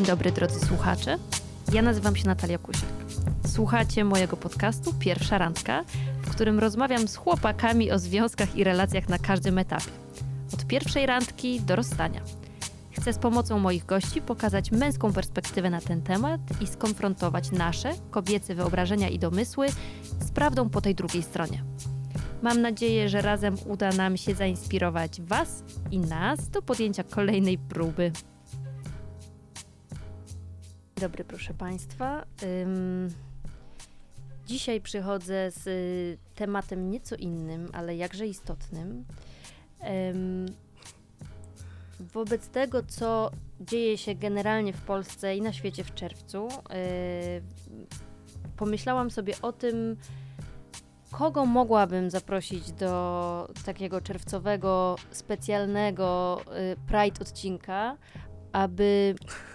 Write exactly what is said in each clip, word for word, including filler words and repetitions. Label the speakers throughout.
Speaker 1: dobry, drodzy słuchacze. Ja nazywam się Natalia Kusiak. Słuchacie mojego podcastu Pierwsza Randka, w którym rozmawiam z chłopakami o związkach i relacjach na każdym etapie. Od pierwszej randki do rozstania. Chcę z pomocą moich gości pokazać męską perspektywę na ten temat i skonfrontować nasze, kobiece wyobrażenia i domysły z prawdą po tej drugiej stronie. Mam nadzieję, że razem uda nam się zainspirować Was i nas do podjęcia kolejnej próby. Dobry, proszę Państwa. Ym, dzisiaj przychodzę z y, tematem nieco innym, ale jakże istotnym. Ym, wobec tego, co dzieje się generalnie w Polsce i na świecie w czerwcu, y, pomyślałam sobie o tym, kogo mogłabym zaprosić do takiego czerwcowego, specjalnego y, Pride odcinka, aby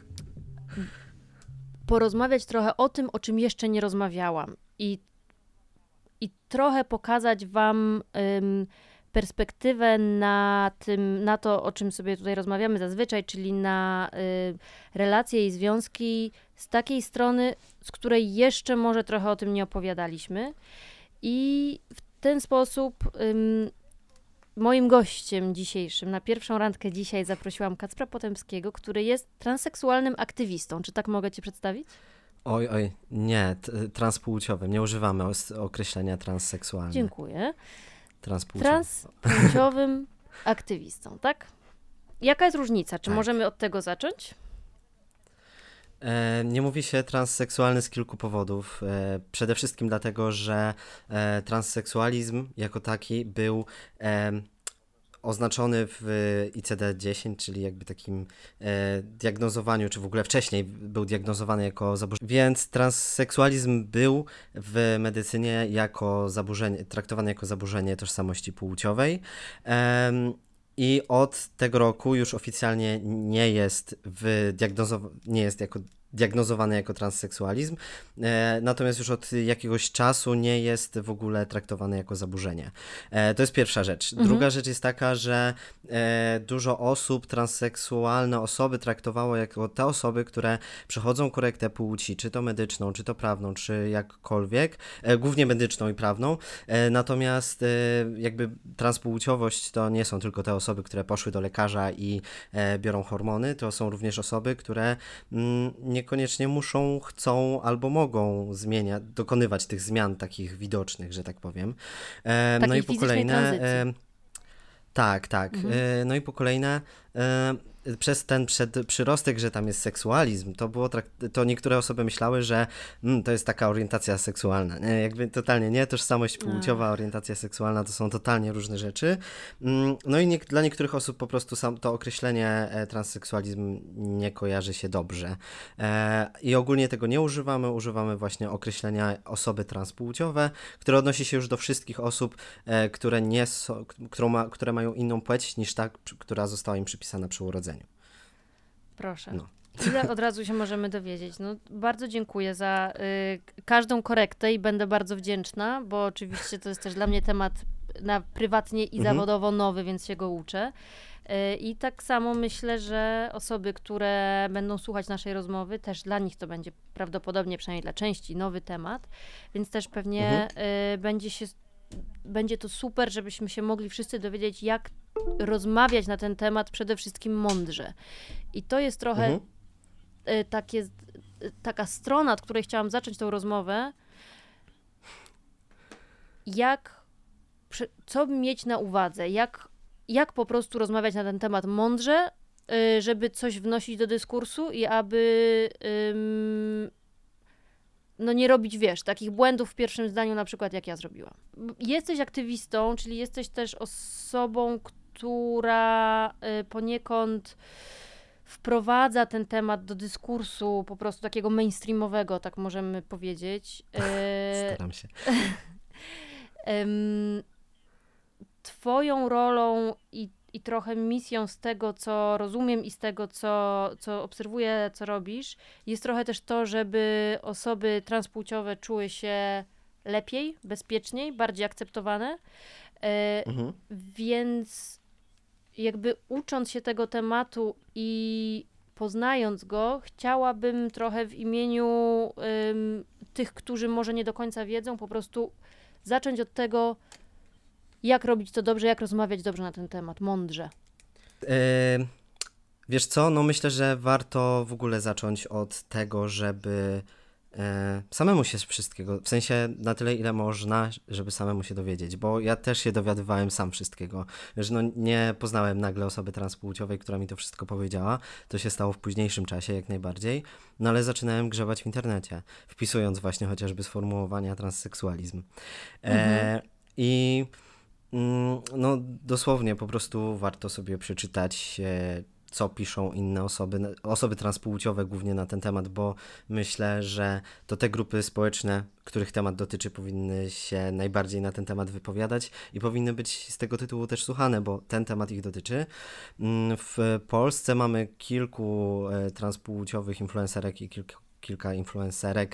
Speaker 1: porozmawiać trochę o tym, o czym jeszcze nie rozmawiałam i, i trochę pokazać Wam ym, perspektywę na tym, na to, o czym sobie tutaj rozmawiamy zazwyczaj, czyli na y, relacje i związki z takiej strony, z której jeszcze może trochę o tym nie opowiadaliśmy. I w ten sposób ym, moim gościem dzisiejszym, na pierwszą randkę dzisiaj zaprosiłam Kacpra Potemskiego, który jest transseksualnym aktywistą. Czy tak mogę Cię przedstawić?
Speaker 2: Oj, oj, nie, t- transpłciowym. Nie używamy os- określenia transseksualny.
Speaker 1: Dziękuję.
Speaker 2: Transpłciowy.
Speaker 1: Transpłciowym aktywistą, tak? Jaka jest różnica? Czy
Speaker 2: Tak.
Speaker 1: możemy od tego zacząć?
Speaker 2: E, nie mówi się transseksualny z kilku powodów. E, przede wszystkim dlatego, że e, transseksualizm jako taki był e, oznaczony w I C D dziesięć, czyli jakby takim e, diagnozowaniu, czy w ogóle wcześniej był diagnozowany jako zaburzenie. Więc transseksualizm był w medycynie jako zaburzenie, traktowany jako zaburzenie tożsamości płciowej. E, I od tego roku już oficjalnie nie jest, w diagnozow- nie jest jako diagnozowany jako transseksualizm, e, natomiast już od jakiegoś czasu nie jest w ogóle traktowany jako zaburzenie. E, to jest pierwsza rzecz.
Speaker 1: Mhm.
Speaker 2: Druga rzecz jest taka, że e, dużo osób, transseksualne osoby traktowało jako te osoby, które przechodzą korektę płci, czy to medyczną, czy to prawną, czy jakkolwiek, e, głównie medyczną i prawną, e, natomiast e, jakby transpłciowość to nie są tylko te osoby, które poszły do lekarza i e, biorą hormony, to są również osoby, które mm, nie niekoniecznie muszą, chcą albo mogą zmieniać, dokonywać tych zmian takich widocznych, że tak powiem. E, no i po kolejne... E, tak, tak.
Speaker 1: Mhm.
Speaker 2: E, no i po kolejne... E, przez ten przed, przyrostek, że tam jest seksualizm, to było trak- to niektóre osoby myślały, że mm, to jest taka orientacja seksualna. Nie, jakby totalnie nie, tożsamość płciowa,
Speaker 1: Ach.
Speaker 2: orientacja seksualna to są totalnie różne rzeczy. Mm, no i nie, dla niektórych osób po prostu sam to określenie e, transseksualizm nie kojarzy się dobrze. E, I ogólnie tego nie używamy, używamy właśnie określenia osoby transpłciowe, które odnosi się już do wszystkich osób, e, które nie są, którą ma, które mają inną płeć niż ta, która została im przypisana przy urodzeniu.
Speaker 1: Proszę.
Speaker 2: No.
Speaker 1: Ile od razu się możemy dowiedzieć? No, bardzo dziękuję za y, każdą korektę i będę bardzo wdzięczna, bo oczywiście to jest też dla mnie temat na prywatnie i
Speaker 2: Mhm.
Speaker 1: zawodowo nowy, więc się go uczę. Y, I tak samo myślę, że osoby, które będą słuchać naszej rozmowy, też dla nich to będzie prawdopodobnie, przynajmniej dla części, nowy temat, więc też pewnie
Speaker 2: Mhm.
Speaker 1: y, będzie się będzie to super, żebyśmy się mogli wszyscy dowiedzieć, jak rozmawiać na ten temat przede wszystkim mądrze. I to jest trochę
Speaker 2: Mhm.
Speaker 1: y, takie, y, taka strona, od której chciałam zacząć tą rozmowę. Jak, przy- co mieć na uwadze, jak, jak po prostu rozmawiać na ten temat mądrze, y, żeby coś wnosić do dyskursu i aby ym, no nie robić, wiesz, takich błędów w pierwszym zdaniu, na przykład jak ja zrobiłam. Jesteś aktywistą, czyli jesteś też osobą, która y, poniekąd wprowadza ten temat do dyskursu po prostu takiego mainstreamowego, tak możemy powiedzieć. Y,
Speaker 2: Staram się.
Speaker 1: Ym, Twoją rolą i, i trochę misją z tego, co rozumiem i z tego, co, co obserwuję, co robisz, jest trochę też to, żeby osoby transpłciowe czuły się lepiej, bezpieczniej, bardziej akceptowane. E,
Speaker 2: Mhm.
Speaker 1: Więc jakby ucząc się tego tematu i poznając go, chciałabym trochę w imieniu ym, tych, którzy może nie do końca wiedzą, po prostu zacząć od tego, jak robić to dobrze, jak rozmawiać dobrze na ten temat, mądrze.
Speaker 2: Yy, wiesz co, no myślę, że warto w ogóle zacząć od tego, żeby e, samemu się z wszystkiego, w sensie na tyle, ile można, żeby samemu się dowiedzieć, bo ja też się dowiadywałem sam wszystkiego, że no nie poznałem nagle osoby transpłciowej, która mi to wszystko powiedziała, to się stało w późniejszym czasie jak najbardziej, no ale zaczynałem grzebać w internecie, wpisując właśnie chociażby sformułowania transseksualizm. E,
Speaker 1: Mhm.
Speaker 2: I mm, no dosłownie po prostu warto sobie przeczytać e, co piszą inne osoby, osoby transpłciowe głównie na ten temat, bo myślę, że to te grupy społeczne, których temat dotyczy, powinny się najbardziej na ten temat wypowiadać i powinny być z tego tytułu też słuchane, bo ten temat ich dotyczy. Mm, W Polsce mamy kilku e, transpłciowych influencerek i kilku kilka influencerek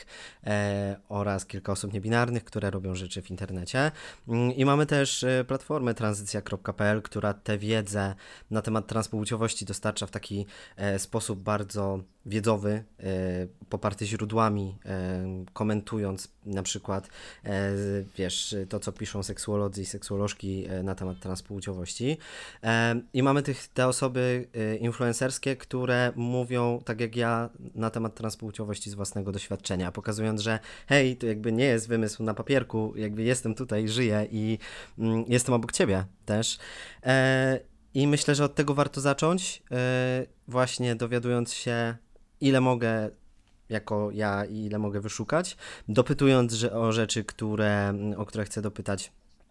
Speaker 2: e, oraz kilka osób niebinarnych, które robią rzeczy w internecie. Mm, I mamy też e, platformę tranzycja kropka pe el, która tę wiedzę na temat transpłciowości dostarcza w taki e, sposób bardzo wiedzowy, e, poparty źródłami, e, komentując na przykład e, wiesz, to co piszą seksuolodzy i seksuolożki e, na temat transpłciowości. E, I mamy tych, te osoby e, influencerskie, które mówią, tak jak ja, na temat transpłciowości z własnego doświadczenia, pokazując, że hej, to jakby nie jest wymysł na papierku, jakby jestem tutaj, żyję i mm, jestem obok ciebie też. E, I myślę, że od tego warto zacząć, e, właśnie dowiadując się, ile mogę jako ja i ile mogę wyszukać, dopytując że, o rzeczy, które, o które chcę dopytać,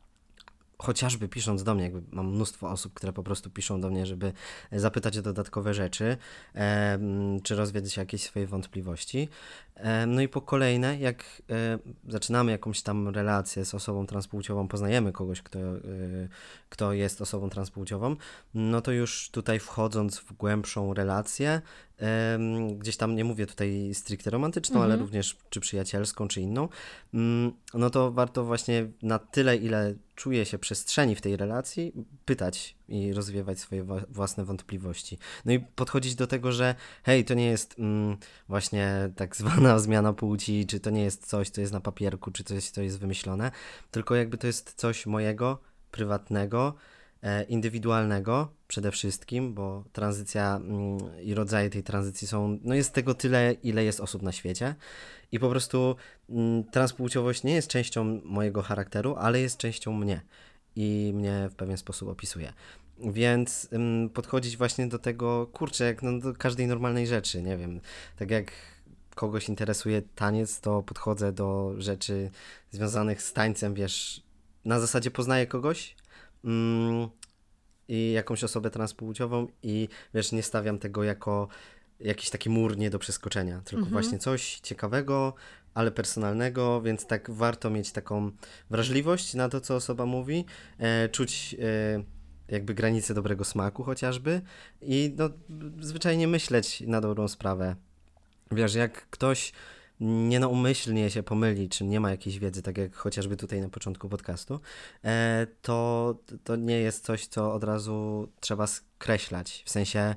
Speaker 2: chociażby pisząc do mnie, jakby mam mnóstwo osób, które po prostu piszą do mnie, żeby zapytać o dodatkowe rzeczy, e, czy rozwiedzieć jakieś swoje wątpliwości. E, no i po kolejne, jak e, zaczynamy jakąś tam relację z osobą transpłciową, poznajemy kogoś, kto, e, kto jest osobą transpłciową, no to już tutaj wchodząc w głębszą relację, e, gdzieś tam nie mówię tutaj stricte romantyczną, ale
Speaker 1: Mhm.
Speaker 2: również czy przyjacielską, czy inną, mm, no to warto właśnie na tyle, ile czuje się przestrzeni w tej relacji, pytać i rozwiewać swoje wa- własne wątpliwości. No i podchodzić do tego, że hej, to nie jest mm, właśnie tak zwana zmiana płci, czy to nie jest coś, co jest na papierku, czy coś, co jest wymyślone, tylko jakby to jest coś mojego, prywatnego, e, indywidualnego przede wszystkim, bo tranzycja mm, i rodzaje tej tranzycji są, no jest tego tyle, ile jest osób na świecie i po prostu mm, transpłciowość nie jest częścią mojego charakteru, ale jest częścią mnie i mnie w pewien sposób opisuje. Więc ym, podchodzić właśnie do tego, kurczę, jak no, do każdej normalnej rzeczy, nie wiem, tak jak kogoś interesuje taniec, to podchodzę do rzeczy związanych z tańcem, wiesz, na zasadzie poznaję kogoś, mm, i jakąś osobę transpłciową i wiesz, nie stawiam tego jako jakiś taki mur nie do przeskoczenia, tylko
Speaker 1: Mhm.
Speaker 2: właśnie coś ciekawego, ale personalnego, więc tak warto mieć taką wrażliwość na to, co osoba mówi, e, czuć e, jakby granice dobrego smaku chociażby i no, zwyczajnie myśleć na dobrą sprawę. Wiesz, jak ktoś nienaumyślnie się pomyli, czy nie ma jakiejś wiedzy, tak jak chociażby tutaj na początku podcastu, e, to, to nie jest coś, co od razu trzeba skreślać. W sensie,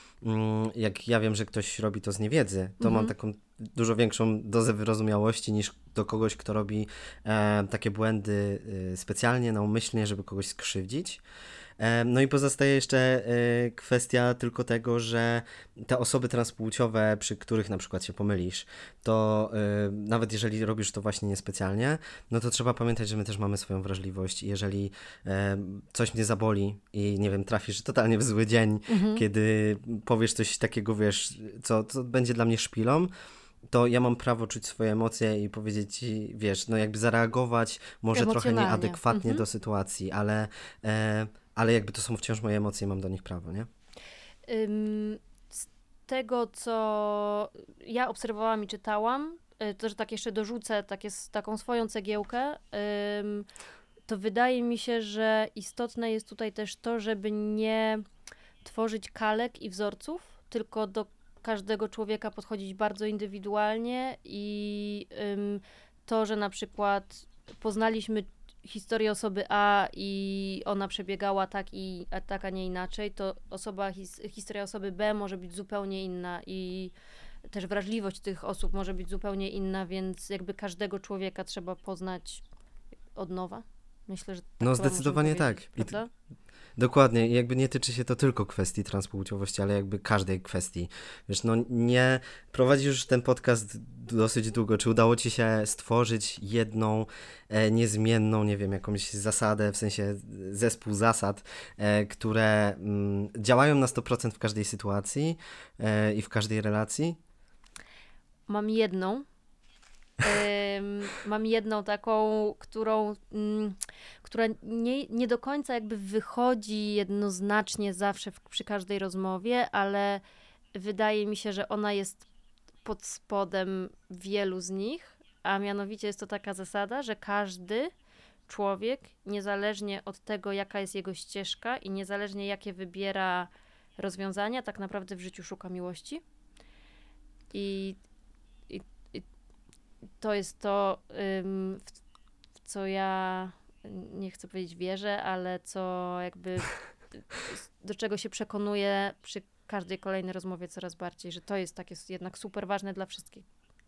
Speaker 2: mm, jak ja wiem, że ktoś robi to z niewiedzy, to mam
Speaker 1: Mhm.
Speaker 2: taką dużo większą dozę wyrozumiałości niż do kogoś, kto robi e, takie błędy e, specjalnie, naumyślnie, żeby kogoś skrzywdzić. E, No i pozostaje jeszcze e, kwestia tylko tego, że te osoby transpłciowe, przy których na przykład się pomylisz, to e, nawet jeżeli robisz to właśnie niespecjalnie, no to trzeba pamiętać, że my też mamy swoją wrażliwość i jeżeli e, coś mnie zaboli i nie wiem, trafisz totalnie w zły dzień,
Speaker 1: Mhm.
Speaker 2: kiedy powiesz coś takiego, wiesz, co, co będzie dla mnie szpilą, to ja mam prawo czuć swoje emocje i powiedzieć ci, wiesz, no jakby zareagować może trochę
Speaker 1: Emocjonalnie.
Speaker 2: nieadekwatnie
Speaker 1: Mhm.
Speaker 2: do sytuacji, ale, e, ale jakby to są wciąż moje emocje, mam do nich prawo, nie?
Speaker 1: Ym, z tego, co ja obserwowałam i czytałam, y, to, że tak jeszcze dorzucę takie, s- taką swoją cegiełkę, ym, to wydaje mi się, że istotne jest tutaj też to, żeby nie tworzyć kalek i wzorców, tylko do każdego człowieka podchodzić bardzo indywidualnie i ym, to, że na przykład poznaliśmy historię osoby A i ona przebiegała tak, i, a tak, a nie inaczej, to osoba, his, historia osoby B może być zupełnie inna i też wrażliwość tych osób może być zupełnie inna, więc jakby każdego człowieka trzeba poznać od nowa. Myślę, że tak
Speaker 2: No
Speaker 1: chyba
Speaker 2: zdecydowanie
Speaker 1: możemy
Speaker 2: tak.
Speaker 1: powiedzieć,
Speaker 2: I t-
Speaker 1: prawda?
Speaker 2: Dokładnie, i jakby nie tyczy się to tylko kwestii transpłciowości, ale jakby każdej kwestii. Wiesz, no nie, prowadzisz już ten podcast dosyć długo. Czy udało ci się stworzyć jedną e, niezmienną, nie wiem, jakąś zasadę, w sensie zespół zasad, e, które mm, działają na sto procent w każdej sytuacji e, i w każdej relacji?
Speaker 1: Mam jedną. Ym, mam jedną taką, którą, mm, która nie, nie do końca jakby wychodzi jednoznacznie zawsze w, przy każdej rozmowie, ale wydaje mi się, że ona jest pod spodem wielu z nich, a mianowicie jest to taka zasada, że każdy człowiek, niezależnie od tego, jaka jest jego ścieżka i niezależnie jakie wybiera rozwiązania, tak naprawdę w życiu szuka miłości. I to jest to, ym, w, w co ja, nie chcę powiedzieć wierzę, ale co jakby, do czego się przekonuję przy każdej kolejnej rozmowie coraz bardziej, że to jest takie jednak super ważne dla wszystkich.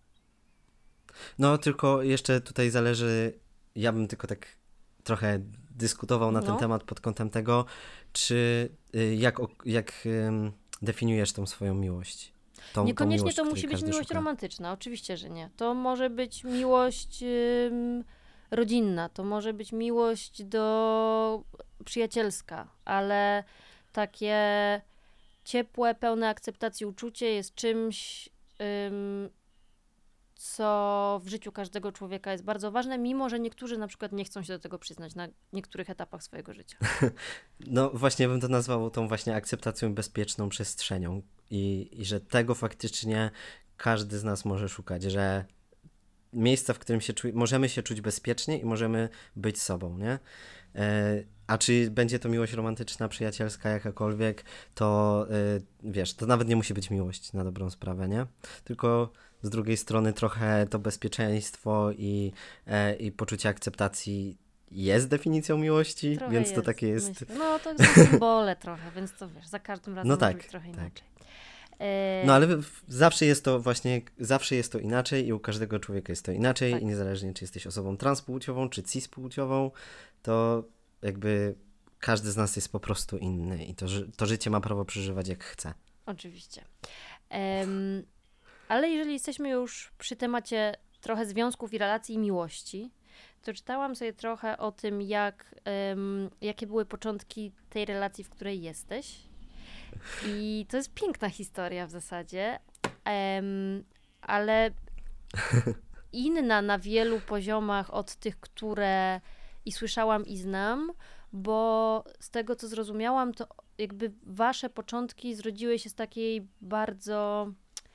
Speaker 2: No tylko jeszcze tutaj zależy, ja bym tylko tak trochę dyskutował na
Speaker 1: No.
Speaker 2: ten temat pod kątem tego, czy y, jak, o- jak ym, definiujesz tą swoją miłość. Tą, tą
Speaker 1: Niekoniecznie
Speaker 2: miłość,
Speaker 1: to
Speaker 2: której
Speaker 1: musi być
Speaker 2: każdy
Speaker 1: miłość
Speaker 2: szuka.
Speaker 1: romantyczna, oczywiście, że nie. To może być miłość ym, rodzinna, to może być miłość do przyjacielska, ale takie ciepłe, pełne akceptacji uczucie jest czymś, ym, co w życiu każdego człowieka jest bardzo ważne, mimo że niektórzy na przykład nie chcą się do tego przyznać na niektórych etapach swojego życia.
Speaker 2: No właśnie bym to nazwał tą właśnie akceptacją bezpieczną przestrzenią i, i że tego faktycznie każdy z nas może szukać, że miejsca, w którym się czu- możemy się czuć bezpiecznie i możemy być sobą, nie? E, a czy będzie to miłość romantyczna, przyjacielska, jakakolwiek, to e, wiesz, to nawet nie musi być miłość na dobrą sprawę, nie? Tylko z drugiej strony trochę to bezpieczeństwo i, e, i poczucie akceptacji jest definicją miłości,
Speaker 1: Trochę
Speaker 2: więc to
Speaker 1: jest,
Speaker 2: takie jest...
Speaker 1: myślę. No to są symbole trochę, więc to wiesz, za każdym razem
Speaker 2: No
Speaker 1: może
Speaker 2: tak,
Speaker 1: być trochę
Speaker 2: tak.
Speaker 1: inaczej. E,
Speaker 2: No ale w- zawsze jest to właśnie, zawsze jest to inaczej i u każdego człowieka jest to inaczej
Speaker 1: Tak.
Speaker 2: i niezależnie czy jesteś osobą transpłciową, czy cispłciową, to jakby każdy z nas jest po prostu inny i to, ży- to życie ma prawo przeżywać jak chce.
Speaker 1: Oczywiście. Em, ale jeżeli jesteśmy już przy temacie trochę związków i relacji i miłości, to czytałam sobie trochę o tym, jak, em, jakie były początki tej relacji, w której jesteś. I to jest piękna historia w zasadzie, em, ale inna na wielu poziomach od tych, które i słyszałam i znam, bo z tego, co zrozumiałam, to jakby wasze początki zrodziły się z takiej bardzo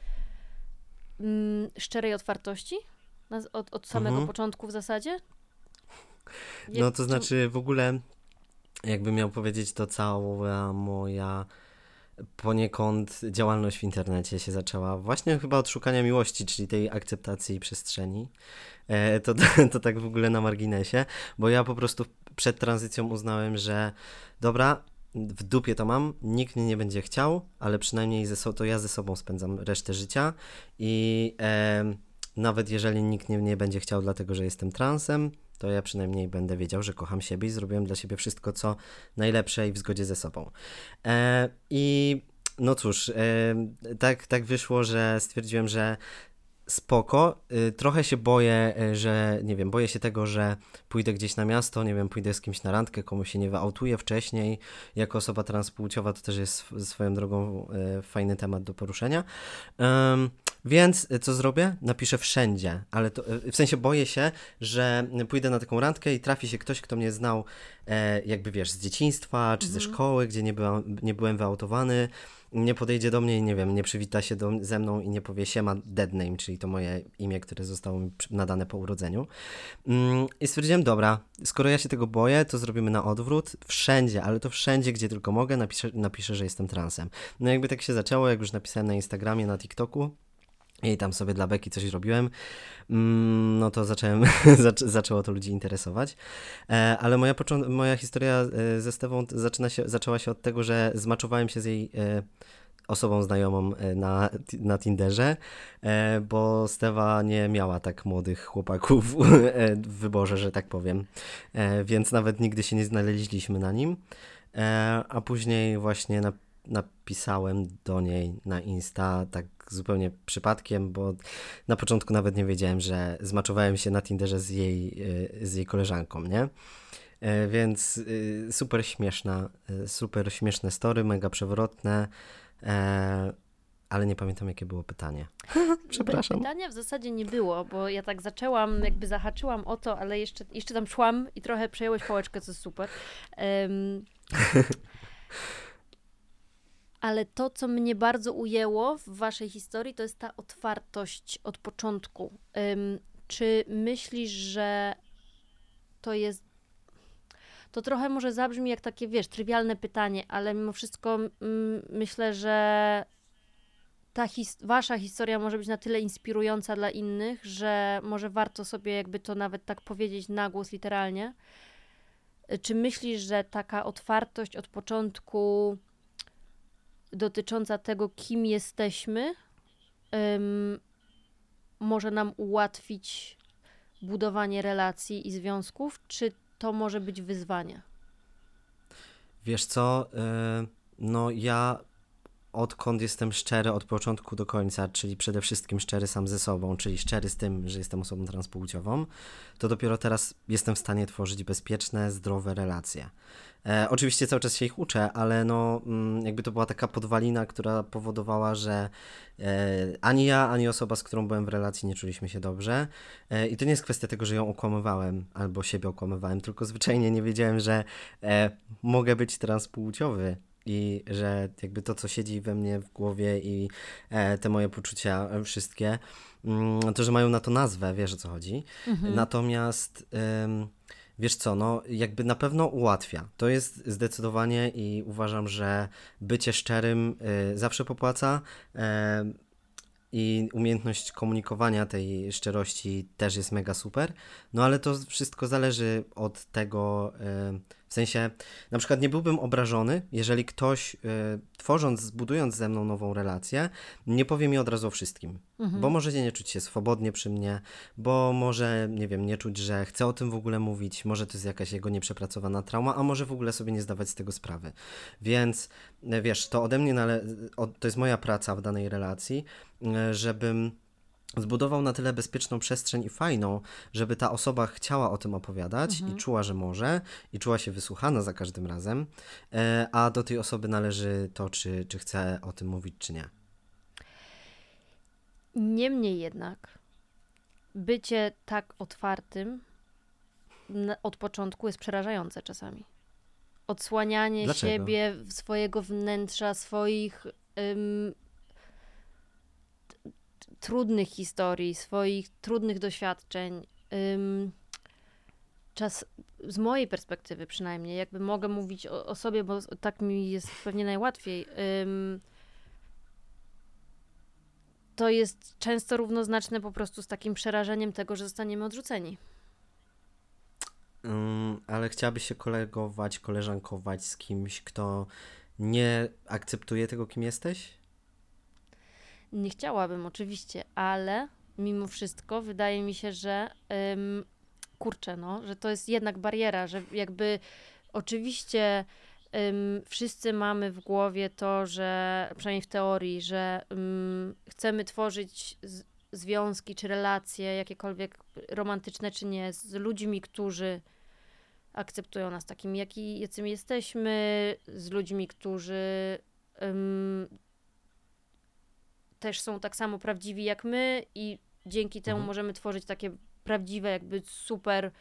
Speaker 1: mm, szczerej otwartości na, od, od samego
Speaker 2: Mhm.
Speaker 1: początku w zasadzie.
Speaker 2: No
Speaker 1: Jak-
Speaker 2: to
Speaker 1: czy-
Speaker 2: znaczy w ogóle, jakbym miał powiedzieć, to cała moja poniekąd działalność w internecie się zaczęła właśnie chyba od szukania miłości, czyli tej akceptacji przestrzeni. E, to, to tak w ogóle na marginesie, bo ja po prostu przed tranzycją uznałem, że dobra, w dupie to mam, nikt mnie nie będzie chciał, ale przynajmniej ze so- to ja ze sobą spędzam resztę życia i e, nawet jeżeli nikt mnie nie będzie chciał dlatego, że jestem transem, to ja przynajmniej będę wiedział, że kocham siebie i zrobiłem dla siebie wszystko, co najlepsze i w zgodzie ze sobą. E, I no cóż, e, tak, tak wyszło, że stwierdziłem, że spoko. Y, Trochę się boję, y, że nie wiem, boję się tego, że pójdę gdzieś na miasto, nie wiem, pójdę z kimś na randkę, komuś się nie wyautuję wcześniej. Jako osoba transpłciowa to też jest sw- swoją drogą y, fajny temat do poruszenia. Ym, więc y, co zrobię? Napiszę wszędzie, ale to, y, w sensie boję się, że pójdę na taką randkę i trafi się ktoś, kto mnie znał e, jakby wiesz, z dzieciństwa czy ze
Speaker 1: Mhm.
Speaker 2: szkoły, gdzie nie byłam, nie byłem wyautowany, nie podejdzie do mnie i nie wiem, nie przywita się do, ze mną i nie powie siema dead name, czyli to moje imię, które zostało mi przy- nadane po urodzeniu. Mm, I stwierdziłem, dobra, skoro ja się tego boję, to zrobimy na odwrót. Wszędzie, ale to wszędzie, gdzie tylko mogę, napiszę, napiszę, że jestem transem. No jakby tak się zaczęło, jak już napisałem na Instagramie, na TikToku. i tam sobie dla beki coś robiłem, mm, no to zacząłem, zac- zaczęło to ludzi interesować. E, ale moja, począ- moja historia e, ze Stewą zaczyna się, zaczęła się od tego, że zmaczowałem się z jej e, osobą znajomą e, na, na Tinderze, e, bo Stewa nie miała tak młodych chłopaków e, w wyborze, że tak powiem, e, więc nawet nigdy się nie znaleźliśmy na nim, e, a później właśnie na, napisałem do niej na Insta tak zupełnie przypadkiem, bo na początku nawet nie wiedziałem, że zmaczowałem się na Tinderze z jej, e, z jej koleżanką, nie? E, Więc y, super śmieszna, y, super śmieszne story, mega przewrotne, e, ale nie pamiętam, jakie było pytanie. Przepraszam.
Speaker 1: Pytania w zasadzie nie było, bo ja tak zaczęłam, jakby zahaczyłam o to, ale jeszcze, jeszcze tam szłam i trochę przejąłeś pałeczkę, co jest super. Um, ale to, co mnie bardzo ujęło w waszej historii, to jest ta otwartość od początku. Um, czy myślisz, że to jest... To trochę może zabrzmi jak takie, wiesz, trywialne pytanie, ale mimo wszystko mm, myślę, że ta his- wasza historia może być na tyle inspirująca dla innych, że może warto sobie jakby to nawet tak powiedzieć na głos literalnie. Czy myślisz, że taka otwartość od początku dotycząca tego, kim jesteśmy, ym, może nam ułatwić budowanie relacji i związków, czy to może być wyzwanie?
Speaker 2: Wiesz co, y, no ja odkąd jestem szczery od początku do końca, czyli przede wszystkim szczery sam ze sobą, czyli szczery z tym, że jestem osobą transpłciową, to dopiero teraz jestem w stanie tworzyć bezpieczne, zdrowe relacje. E, oczywiście cały czas się ich uczę, ale no mm, jakby to była taka podwalina, która powodowała, że e, ani ja, ani osoba, z którą byłem w relacji, nie czuliśmy się dobrze. E, I to nie jest kwestia tego, że ją okłamywałem albo siebie okłamywałem, tylko zwyczajnie nie wiedziałem, że e, mogę być transpłciowy. I że jakby to, co siedzi we mnie w głowie i e, te moje poczucia e, wszystkie, mm, to, że mają na to nazwę, wiesz o co chodzi.
Speaker 1: Mhm.
Speaker 2: Natomiast ym, wiesz co, no jakby na pewno ułatwia. To jest zdecydowanie i uważam, że bycie szczerym y, zawsze popłaca. em, I umiejętność komunikowania tej szczerości też jest mega super. No ale to wszystko zależy od tego, y, w sensie, na przykład nie byłbym obrażony, jeżeli ktoś, y, tworząc, zbudując ze mną nową relację, nie powie mi od razu o wszystkim.
Speaker 1: Mhm.
Speaker 2: Bo możecie nie czuć się swobodnie przy mnie, bo może, nie wiem, nie czuć, że chce o tym w ogóle mówić, może to jest jakaś jego nieprzepracowana trauma, a może w ogóle sobie nie zdawać z tego sprawy. Więc, y, wiesz, to ode mnie, nale- o- to jest moja praca w danej relacji, y, żebym zbudował na tyle bezpieczną przestrzeń i fajną, żeby ta osoba chciała o tym opowiadać
Speaker 1: Mhm.
Speaker 2: i czuła, że może, i czuła się wysłuchana za każdym razem, e, a do tej osoby należy to, czy, czy chce o tym mówić, czy nie.
Speaker 1: Niemniej jednak, bycie tak otwartym na- od początku jest przerażające czasami. Odsłanianie
Speaker 2: Dlaczego?
Speaker 1: siebie, swojego wnętrza, swoich ym, t- trudnych historii, swoich trudnych doświadczeń. Ym, czas, z mojej perspektywy przynajmniej, jakby mogę mówić o, o sobie, bo tak mi jest pewnie najłatwiej. Ym, to jest często równoznaczne po prostu z takim przerażeniem tego, że zostaniemy odrzuceni.
Speaker 2: Mm, ale chciałabyś się kolegować, koleżankować z kimś, kto nie akceptuje tego, kim jesteś?
Speaker 1: Nie chciałabym oczywiście, ale mimo wszystko wydaje mi się, że ym, kurczę, no, że to jest jednak bariera, że jakby oczywiście ym, wszyscy mamy w głowie to, że przynajmniej w teorii, że ym, chcemy tworzyć z, związki czy relacje, jakiekolwiek romantyczne czy nie, z ludźmi, którzy akceptują nas takimi, jaki, jacymi jesteśmy, z ludźmi, którzy ym, też są tak samo prawdziwi jak my i dzięki temu
Speaker 2: Mhm.
Speaker 1: możemy tworzyć takie prawdziwe, jakby super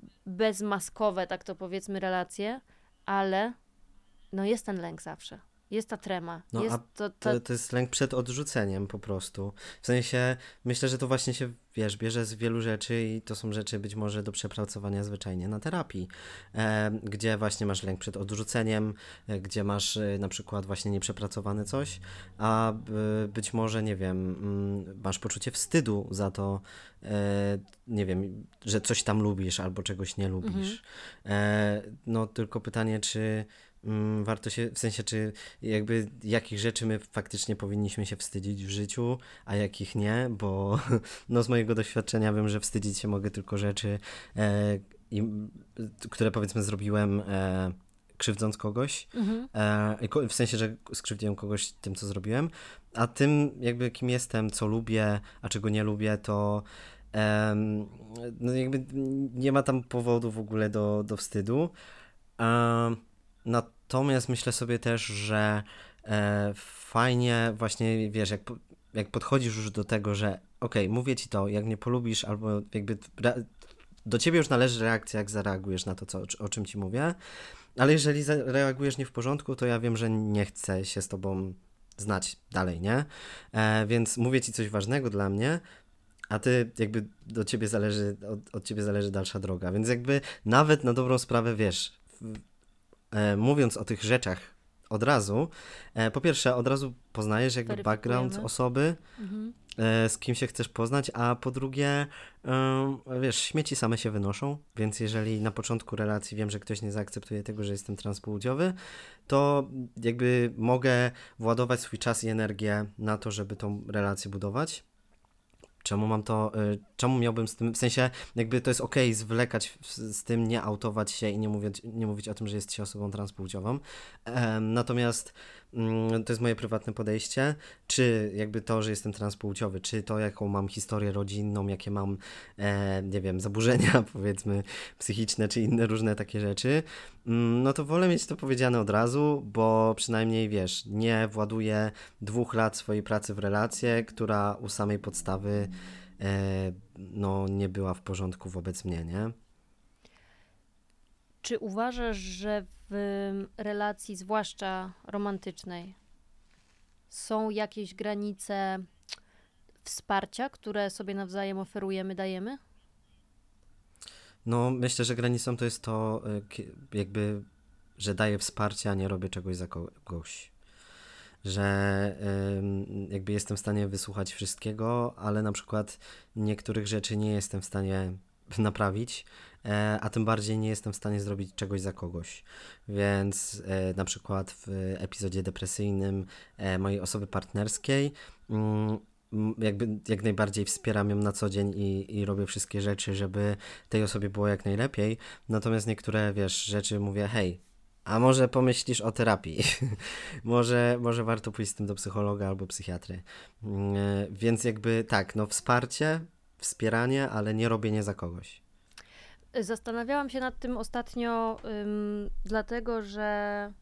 Speaker 1: bezmaskowe, tak to powiedzmy, relacje, ale no jest ten lęk zawsze. jest ta trema.
Speaker 2: No
Speaker 1: jest
Speaker 2: a
Speaker 1: to, ta...
Speaker 2: to, to jest lęk przed odrzuceniem po prostu. W sensie, myślę, że to właśnie się, wiesz, bierze z wielu rzeczy i to są rzeczy być może do przepracowania zwyczajnie na terapii, e, gdzie właśnie masz lęk przed odrzuceniem, e, gdzie masz e, na przykład właśnie nieprzepracowane coś, a e, być może, nie wiem, mm, masz poczucie wstydu za to, e, nie wiem, że coś tam lubisz albo czegoś nie lubisz. Mhm. E, no tylko pytanie, czy mm, warto się, w sensie, czy jakby jakich rzeczy my faktycznie powinniśmy się wstydzić w życiu, a jakich nie, bo no z mojego doświadczenia wiem, że wstydzić się mogę tylko rzeczy, e, i, które powiedzmy zrobiłem e, krzywdząc kogoś, mhm. e, w sensie, że skrzywdziłem kogoś tym, co zrobiłem, a tym jakby kim jestem, co lubię, a czego nie lubię, to e, no jakby nie ma tam powodu w ogóle do, do wstydu. E, natomiast myślę sobie też, że e, fajnie właśnie, wiesz, jak, jak podchodzisz już do tego, że okej, okay, mówię ci to, jak mnie polubisz, albo jakby re, do ciebie już należy reakcja, jak zareagujesz na to, co, o czym ci mówię, ale jeżeli zareagujesz nie w porządku, to ja wiem, że nie chcę się z tobą znać dalej, nie? E, więc mówię ci coś ważnego dla mnie, a ty jakby do ciebie zależy, od, od ciebie zależy dalsza droga, więc jakby nawet na dobrą sprawę, wiesz, w, e, mówiąc o tych rzeczach od razu, e, po pierwsze od razu poznajesz jakby background osoby, mhm. e, z kim się chcesz poznać, a po drugie e, wiesz, śmieci same się wynoszą, więc jeżeli na początku relacji wiem, że ktoś nie zaakceptuje tego, że jestem transpłciowy, to jakby mogę władować swój czas i energię na to, żeby tą relację budować. Czemu mam to, y, czemu miałbym z tym, w sensie jakby to jest okej okay, zwlekać z, z tym, nie autować się i nie mówić, nie mówić o tym, że jest się osobą transpłciową. E, natomiast mm, to jest moje prywatne podejście, czy jakby to, że jestem transpłciowy, czy to, jaką mam historię rodzinną, jakie mam, e, nie wiem, zaburzenia powiedzmy psychiczne, czy inne różne takie rzeczy, mm, no to wolę mieć to powiedziane od razu, bo przynajmniej wiesz, nie właduję dwóch lat swojej pracy w relację, która u samej podstawy e, no nie była w porządku wobec mnie, nie?
Speaker 1: Czy uważasz, że w relacji, zwłaszcza romantycznej, są jakieś granice wsparcia, które sobie nawzajem oferujemy, dajemy?
Speaker 2: No, myślę, że granicą to jest to jakby, że daję wsparcie, a nie robię czegoś za kogoś. Że jakby jestem w stanie wysłuchać wszystkiego, ale na przykład niektórych rzeczy nie jestem w stanie naprawić, a tym bardziej nie jestem w stanie zrobić czegoś za kogoś. Więc na przykład w epizodzie depresyjnym mojej osoby partnerskiej jakby jak najbardziej wspieram ją na co dzień i, i robię wszystkie rzeczy, żeby tej osobie było jak najlepiej. Natomiast niektóre, wiesz, rzeczy mówię, hej, a może pomyślisz o terapii? może, może warto pójść z tym do psychologa albo psychiatry. Yy, więc jakby tak, no wsparcie, wspieranie, ale nie robienie za kogoś.
Speaker 1: Zastanawiałam się nad tym ostatnio, ym, dlatego że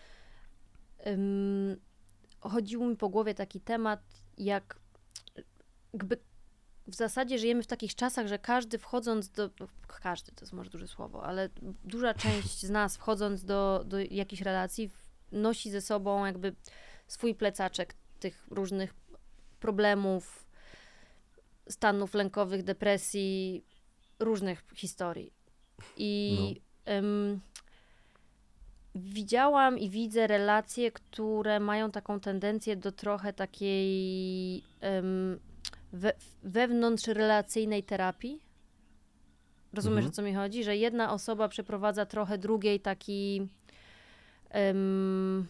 Speaker 1: ym, chodził mi po głowie taki temat, jak jakby w zasadzie żyjemy w takich czasach, że każdy wchodząc do... Każdy, to jest może duże słowo, ale duża część z nas wchodząc do, do jakichś relacji nosi ze sobą jakby swój plecaczek tych różnych problemów, stanów lękowych, depresji, różnych historii. I no. ym, widziałam i widzę relacje, które mają taką tendencję do trochę takiej ym, we, wewnątrzrelacyjnej terapii. Rozumiesz, mhm. o co mi chodzi? Że jedna osoba przeprowadza trochę drugiej taki ym,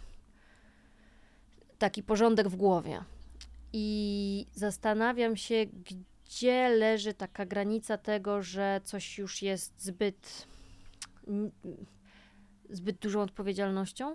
Speaker 1: taki porządek w głowie. I zastanawiam się, gdzie leży taka granica tego, że coś już jest zbyt zbyt dużą odpowiedzialnością?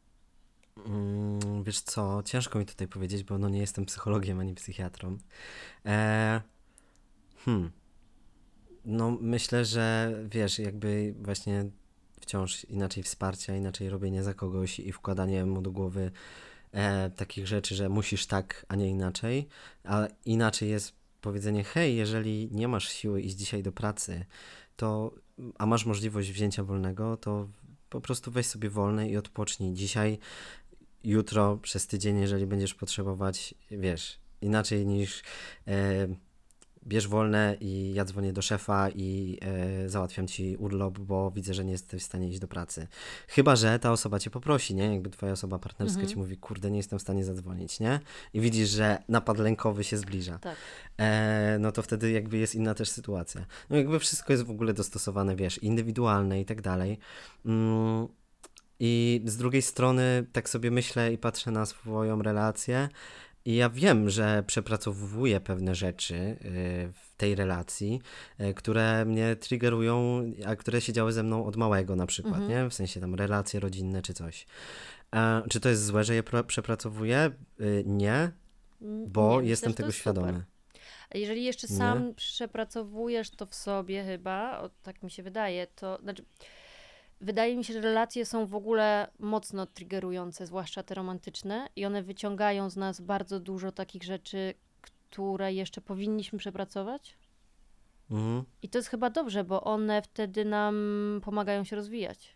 Speaker 2: Mm, wiesz co, ciężko mi tutaj powiedzieć, bo no nie jestem psychologiem ani psychiatrą. Eee, hmm. No myślę, że wiesz, jakby właśnie wciąż inaczej wsparcia, inaczej robienie za kogoś i wkładanie mu do głowy e, takich rzeczy, że musisz tak, a nie inaczej, a inaczej jest powiedzenie, hej, jeżeli nie masz siły iść dzisiaj do pracy, to, a masz możliwość wzięcia wolnego, to po prostu weź sobie wolne i odpocznij. Dzisiaj jutro przez tydzień, jeżeli będziesz potrzebować, wiesz, inaczej niż e, bierz wolne i ja dzwonię do szefa i e, załatwiam ci urlop, bo widzę, że nie jesteś w stanie iść do pracy. Chyba że ta osoba cię poprosi, nie? Jakby twoja osoba partnerska
Speaker 1: Mhm.
Speaker 2: ci mówi, kurde, nie jestem w stanie zadzwonić, nie? I widzisz, że napad lękowy się zbliża.
Speaker 1: Tak.
Speaker 2: E, no to wtedy jakby jest inna też sytuacja. No jakby wszystko jest w ogóle dostosowane, wiesz, indywidualne i tak dalej. Mm, I z drugiej strony tak sobie myślę i patrzę na swoją relację i ja wiem, że przepracowuję pewne rzeczy y, w tej relacji, y, które mnie triggerują, a które się działy ze mną od małego na przykład,
Speaker 1: Mhm.
Speaker 2: nie? W sensie tam relacje rodzinne czy coś. E, czy to jest złe, że je pra- przepracowuję? Y, nie,
Speaker 1: Mm,
Speaker 2: bo
Speaker 1: Nie, myślę,
Speaker 2: jestem
Speaker 1: że to
Speaker 2: tego
Speaker 1: jest super.
Speaker 2: świadomy.
Speaker 1: A jeżeli jeszcze
Speaker 2: Nie?
Speaker 1: sam przepracowujesz to w sobie chyba, o, tak mi się wydaje, to znaczy wydaje mi się, że relacje są w ogóle mocno triggerujące, zwłaszcza te romantyczne i one wyciągają z nas bardzo dużo takich rzeczy, które jeszcze powinniśmy przepracować.
Speaker 2: Mhm.
Speaker 1: I to jest chyba dobrze, bo one wtedy nam pomagają się rozwijać.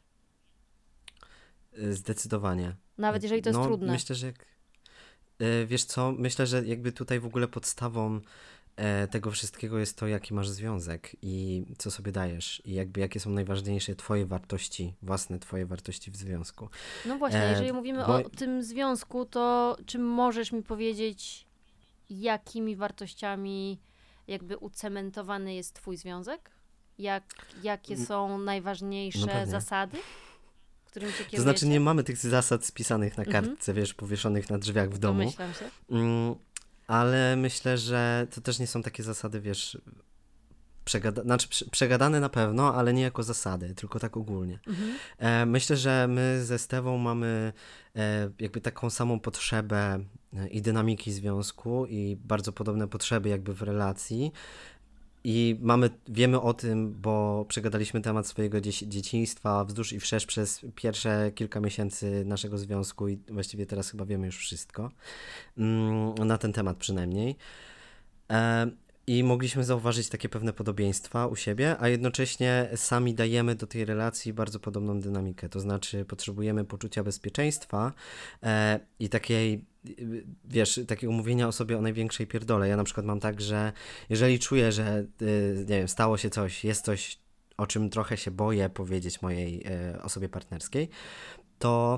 Speaker 2: Y, Zdecydowanie.
Speaker 1: Nawet
Speaker 2: Y,
Speaker 1: jeżeli to jest
Speaker 2: No,
Speaker 1: trudne.
Speaker 2: myślę, że jak, y, wiesz co, myślę, że jakby tutaj w ogóle podstawą e, tego wszystkiego jest to, jaki masz związek i co sobie dajesz i jakby jakie są najważniejsze twoje wartości, własne twoje wartości w związku.
Speaker 1: No właśnie,
Speaker 2: E,
Speaker 1: jeżeli mówimy
Speaker 2: bo
Speaker 1: o tym związku, to czy możesz mi powiedzieć, jakimi wartościami jakby ucementowany jest twój związek? Jak, jakie są
Speaker 2: no
Speaker 1: najważniejsze
Speaker 2: pewnie.
Speaker 1: zasady, którymi się
Speaker 2: To znaczy nie
Speaker 1: kierujecie?
Speaker 2: mamy tych zasad spisanych na
Speaker 1: Mhm.
Speaker 2: kartce, wiesz, powieszonych na drzwiach w domu,
Speaker 1: Domyślam się.
Speaker 2: mm, ale myślę, że to też nie są takie zasady, wiesz, przegada- znaczy, prze- przegadane na pewno, ale nie jako zasady, tylko tak ogólnie.
Speaker 1: Mhm.
Speaker 2: E, myślę, że my ze Stewą mamy e, jakby taką samą potrzebę e, i dynamiki związku i bardzo podobne potrzeby jakby w relacji. I mamy, wiemy o tym, bo przegadaliśmy temat swojego dzieci- dzieciństwa wzdłuż i wszerz przez pierwsze kilka miesięcy naszego związku i właściwie teraz chyba wiemy już wszystko. Mm, na ten temat przynajmniej. E, I mogliśmy zauważyć takie pewne podobieństwa u siebie, a jednocześnie sami dajemy do tej relacji bardzo podobną dynamikę. To znaczy, potrzebujemy poczucia bezpieczeństwa e, i takiej, y, wiesz, takiego mówienia o sobie o największej pierdole. Ja na przykład mam tak, że jeżeli czuję, że, y, nie wiem, stało się coś, jest coś, o czym trochę się boję powiedzieć mojej e, osobie partnerskiej, to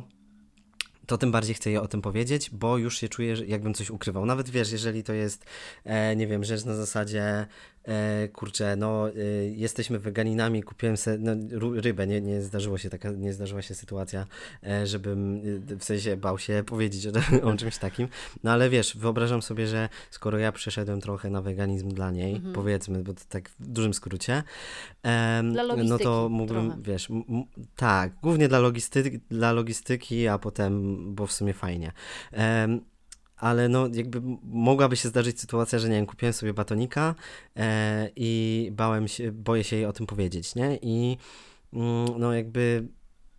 Speaker 2: to tym bardziej chcę jej o tym powiedzieć, bo już się czuję, że jakbym coś ukrywał. Nawet wiesz, jeżeli to jest, e, nie wiem, rzecz na zasadzie, e, kurczę, no, e, jesteśmy weganinami, kupiłem sobie no, ru- rybę, nie, nie zdarzyło się taka, nie zdarzyła się sytuacja, e, żebym e, w sensie bał się powiedzieć o, o czymś takim. No ale wiesz, wyobrażam sobie, że skoro ja przeszedłem trochę na weganizm dla niej,
Speaker 1: Mhm.
Speaker 2: powiedzmy, bo to tak w dużym skrócie, Em,
Speaker 1: Dla
Speaker 2: no
Speaker 1: logistyki
Speaker 2: to mógłbym,
Speaker 1: trochę.
Speaker 2: wiesz, m- m- tak, głównie dla logistyki, dla logistyki, a potem, bo w sumie fajnie. Em, ale no jakby m- mogłaby się zdarzyć sytuacja, że nie wiem, kupiłem sobie batonika e, i bałem się, boję się jej o tym powiedzieć, nie? I mm, no jakby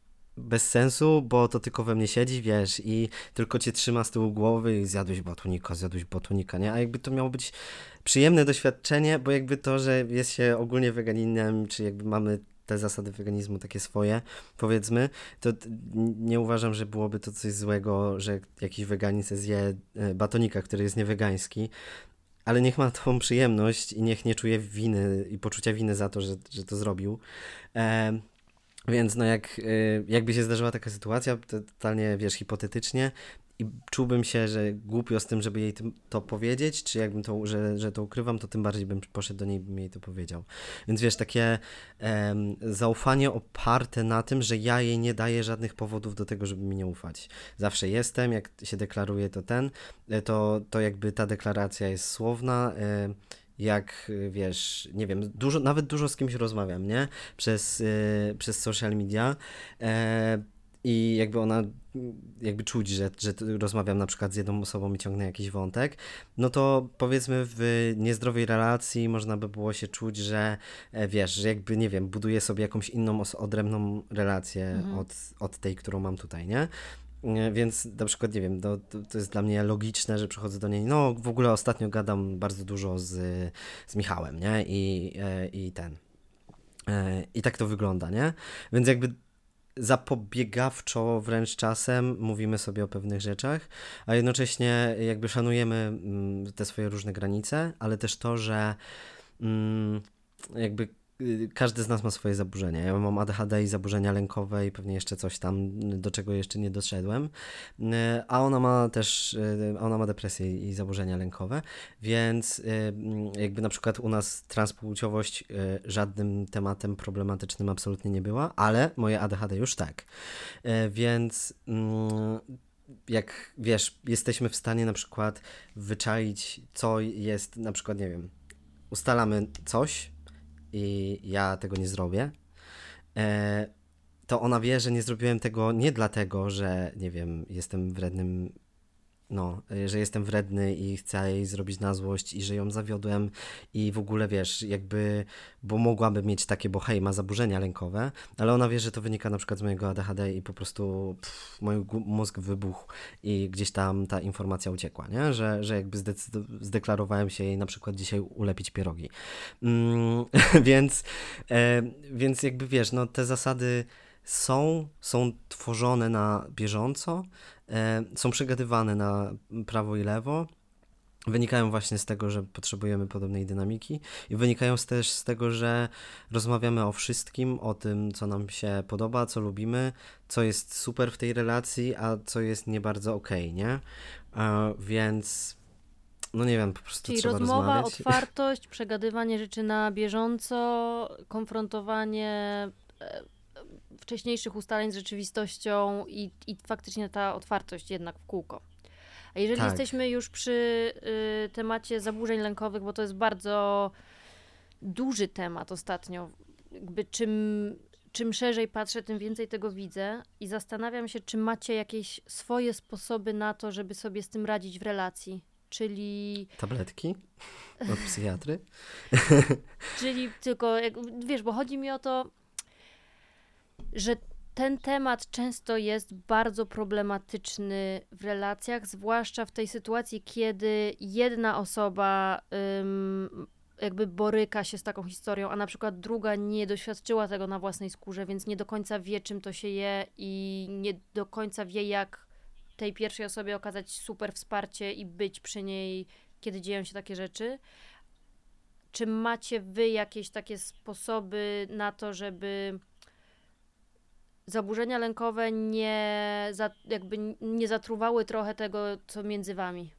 Speaker 2: bez sensu, bo to tylko we mnie siedzi, wiesz, i tylko cię trzyma z tyłu głowy i zjadłeś batonika, zjadłeś batonika, nie? A jakby to miało być przyjemne doświadczenie, bo jakby to, że jest się ogólnie weganinem, czy jakby mamy te zasady weganizmu takie swoje, powiedzmy, to t- nie uważam, że byłoby to coś złego, że jakiś weganin se zje e, batonika, który jest niewegański, ale niech ma tą przyjemność i niech nie czuje winy i poczucia winy za to, że, że to zrobił. Em, więc no jak, y, jakby się zdarzyła taka sytuacja, to totalnie, wiesz, hipotetycznie i czułbym się, że głupio z tym, żeby jej tym, to powiedzieć, czy jakbym to, że, że to ukrywam, to tym bardziej bym poszedł do niej i bym jej to powiedział. Więc wiesz, takie em, zaufanie oparte na tym, że ja jej nie daję żadnych powodów do tego, żeby mi nie ufać. Zawsze jestem, jak się deklaruje to ten, e, to, to jakby ta deklaracja jest słowna, e, jak y, wiesz, nie wiem, dużo, nawet dużo z kimś rozmawiam, nie? Przez, y, przez social media e, i jakby ona, mm, jakby czuć, że, że t- rozmawiam na przykład z jedną osobą i ciągnę jakiś wątek, no to powiedzmy w niezdrowej relacji można by było się czuć, że e, wiesz, że jakby, nie wiem, buduję sobie jakąś inną, os- odrębną relację
Speaker 1: Mhm.
Speaker 2: od, od tej, którą mam tutaj, nie? Nie, Więc na przykład, nie wiem, to, to, to jest dla mnie logiczne, że przychodzę do niej, no w ogóle ostatnio gadam bardzo dużo z, z Michałem, nie? I, e, i ten. E, I tak to wygląda, nie? Więc jakby zapobiegawczo wręcz czasem mówimy sobie o pewnych rzeczach, a jednocześnie jakby szanujemy mm, te swoje różne granice, ale też to, że mm, jakby y, każdy z nas ma swoje zaburzenia. Ja mam A D H D i zaburzenia lękowe i pewnie jeszcze coś tam, do czego jeszcze nie doszedłem. Y, A ona ma też, y, ona ma depresję i zaburzenia lękowe, więc y, mm, jakby na przykład u nas transpłciowość y, żadnym tematem problematycznym absolutnie nie była, ale moje A D H D już tak. Y, Więc mm, jak wiesz, jesteśmy w stanie na przykład wyczaić, co jest, na przykład, nie wiem, ustalamy coś i ja tego nie zrobię, e, to ona wie, że nie zrobiłem tego nie dlatego, że nie wiem, jestem wrednym, no, e, że jestem wredny i chcę jej zrobić na złość i że ją zawiodłem i w ogóle wiesz, jakby, bo mogłaby mieć takie, bo hej, ma zaburzenia lękowe, ale ona wie, że to wynika na przykład z mojego A D H D i po prostu pff, mój gu- mózg wybuchł i gdzieś tam ta informacja uciekła, nie? Że, że jakby zdecyd- zdeklarowałem się jej na przykład dzisiaj ulepić pierogi. Mm, więc, e, więc jakby wiesz, no te zasady są, są tworzone na bieżąco, e, są przegadywane na prawo i lewo, wynikają właśnie z tego, że potrzebujemy podobnej dynamiki i wynikają z- też z tego, że rozmawiamy o wszystkim, o tym, co nam się podoba, co lubimy, co jest super w tej relacji, a co jest nie bardzo okej, nie? E, więc, no nie wiem, po prostu
Speaker 1: Czyli
Speaker 2: trzeba
Speaker 1: rozmowa,
Speaker 2: rozmawiać.
Speaker 1: otwartość, przegadywanie rzeczy na bieżąco, konfrontowanie e, wcześniejszych ustaleń z rzeczywistością i, i faktycznie ta otwartość jednak w kółko. A jeżeli
Speaker 2: Tak,
Speaker 1: jesteśmy już przy y, temacie zaburzeń lękowych, bo to jest bardzo duży temat ostatnio, jakby czym, czym szerzej patrzę, tym więcej tego widzę i zastanawiam się, czy macie jakieś swoje sposoby na to, żeby sobie z tym radzić w relacji. Czyli,
Speaker 2: tabletki od psychiatry.
Speaker 1: czyli tylko, jak, wiesz, bo chodzi mi o to, że ten temat często jest bardzo problematyczny w relacjach, zwłaszcza w tej sytuacji, kiedy jedna osoba ym, jakby boryka się z taką historią, a na przykład druga nie doświadczyła tego na własnej skórze, więc nie do końca wie, czym to się je i nie do końca wie, jak tej pierwszej osobie okazać super wsparcie i być przy niej, kiedy dzieją się takie rzeczy. Czy macie wy jakieś takie sposoby na to, żeby zaburzenia lękowe nie, za, jakby nie zatruwały trochę tego, co między wami?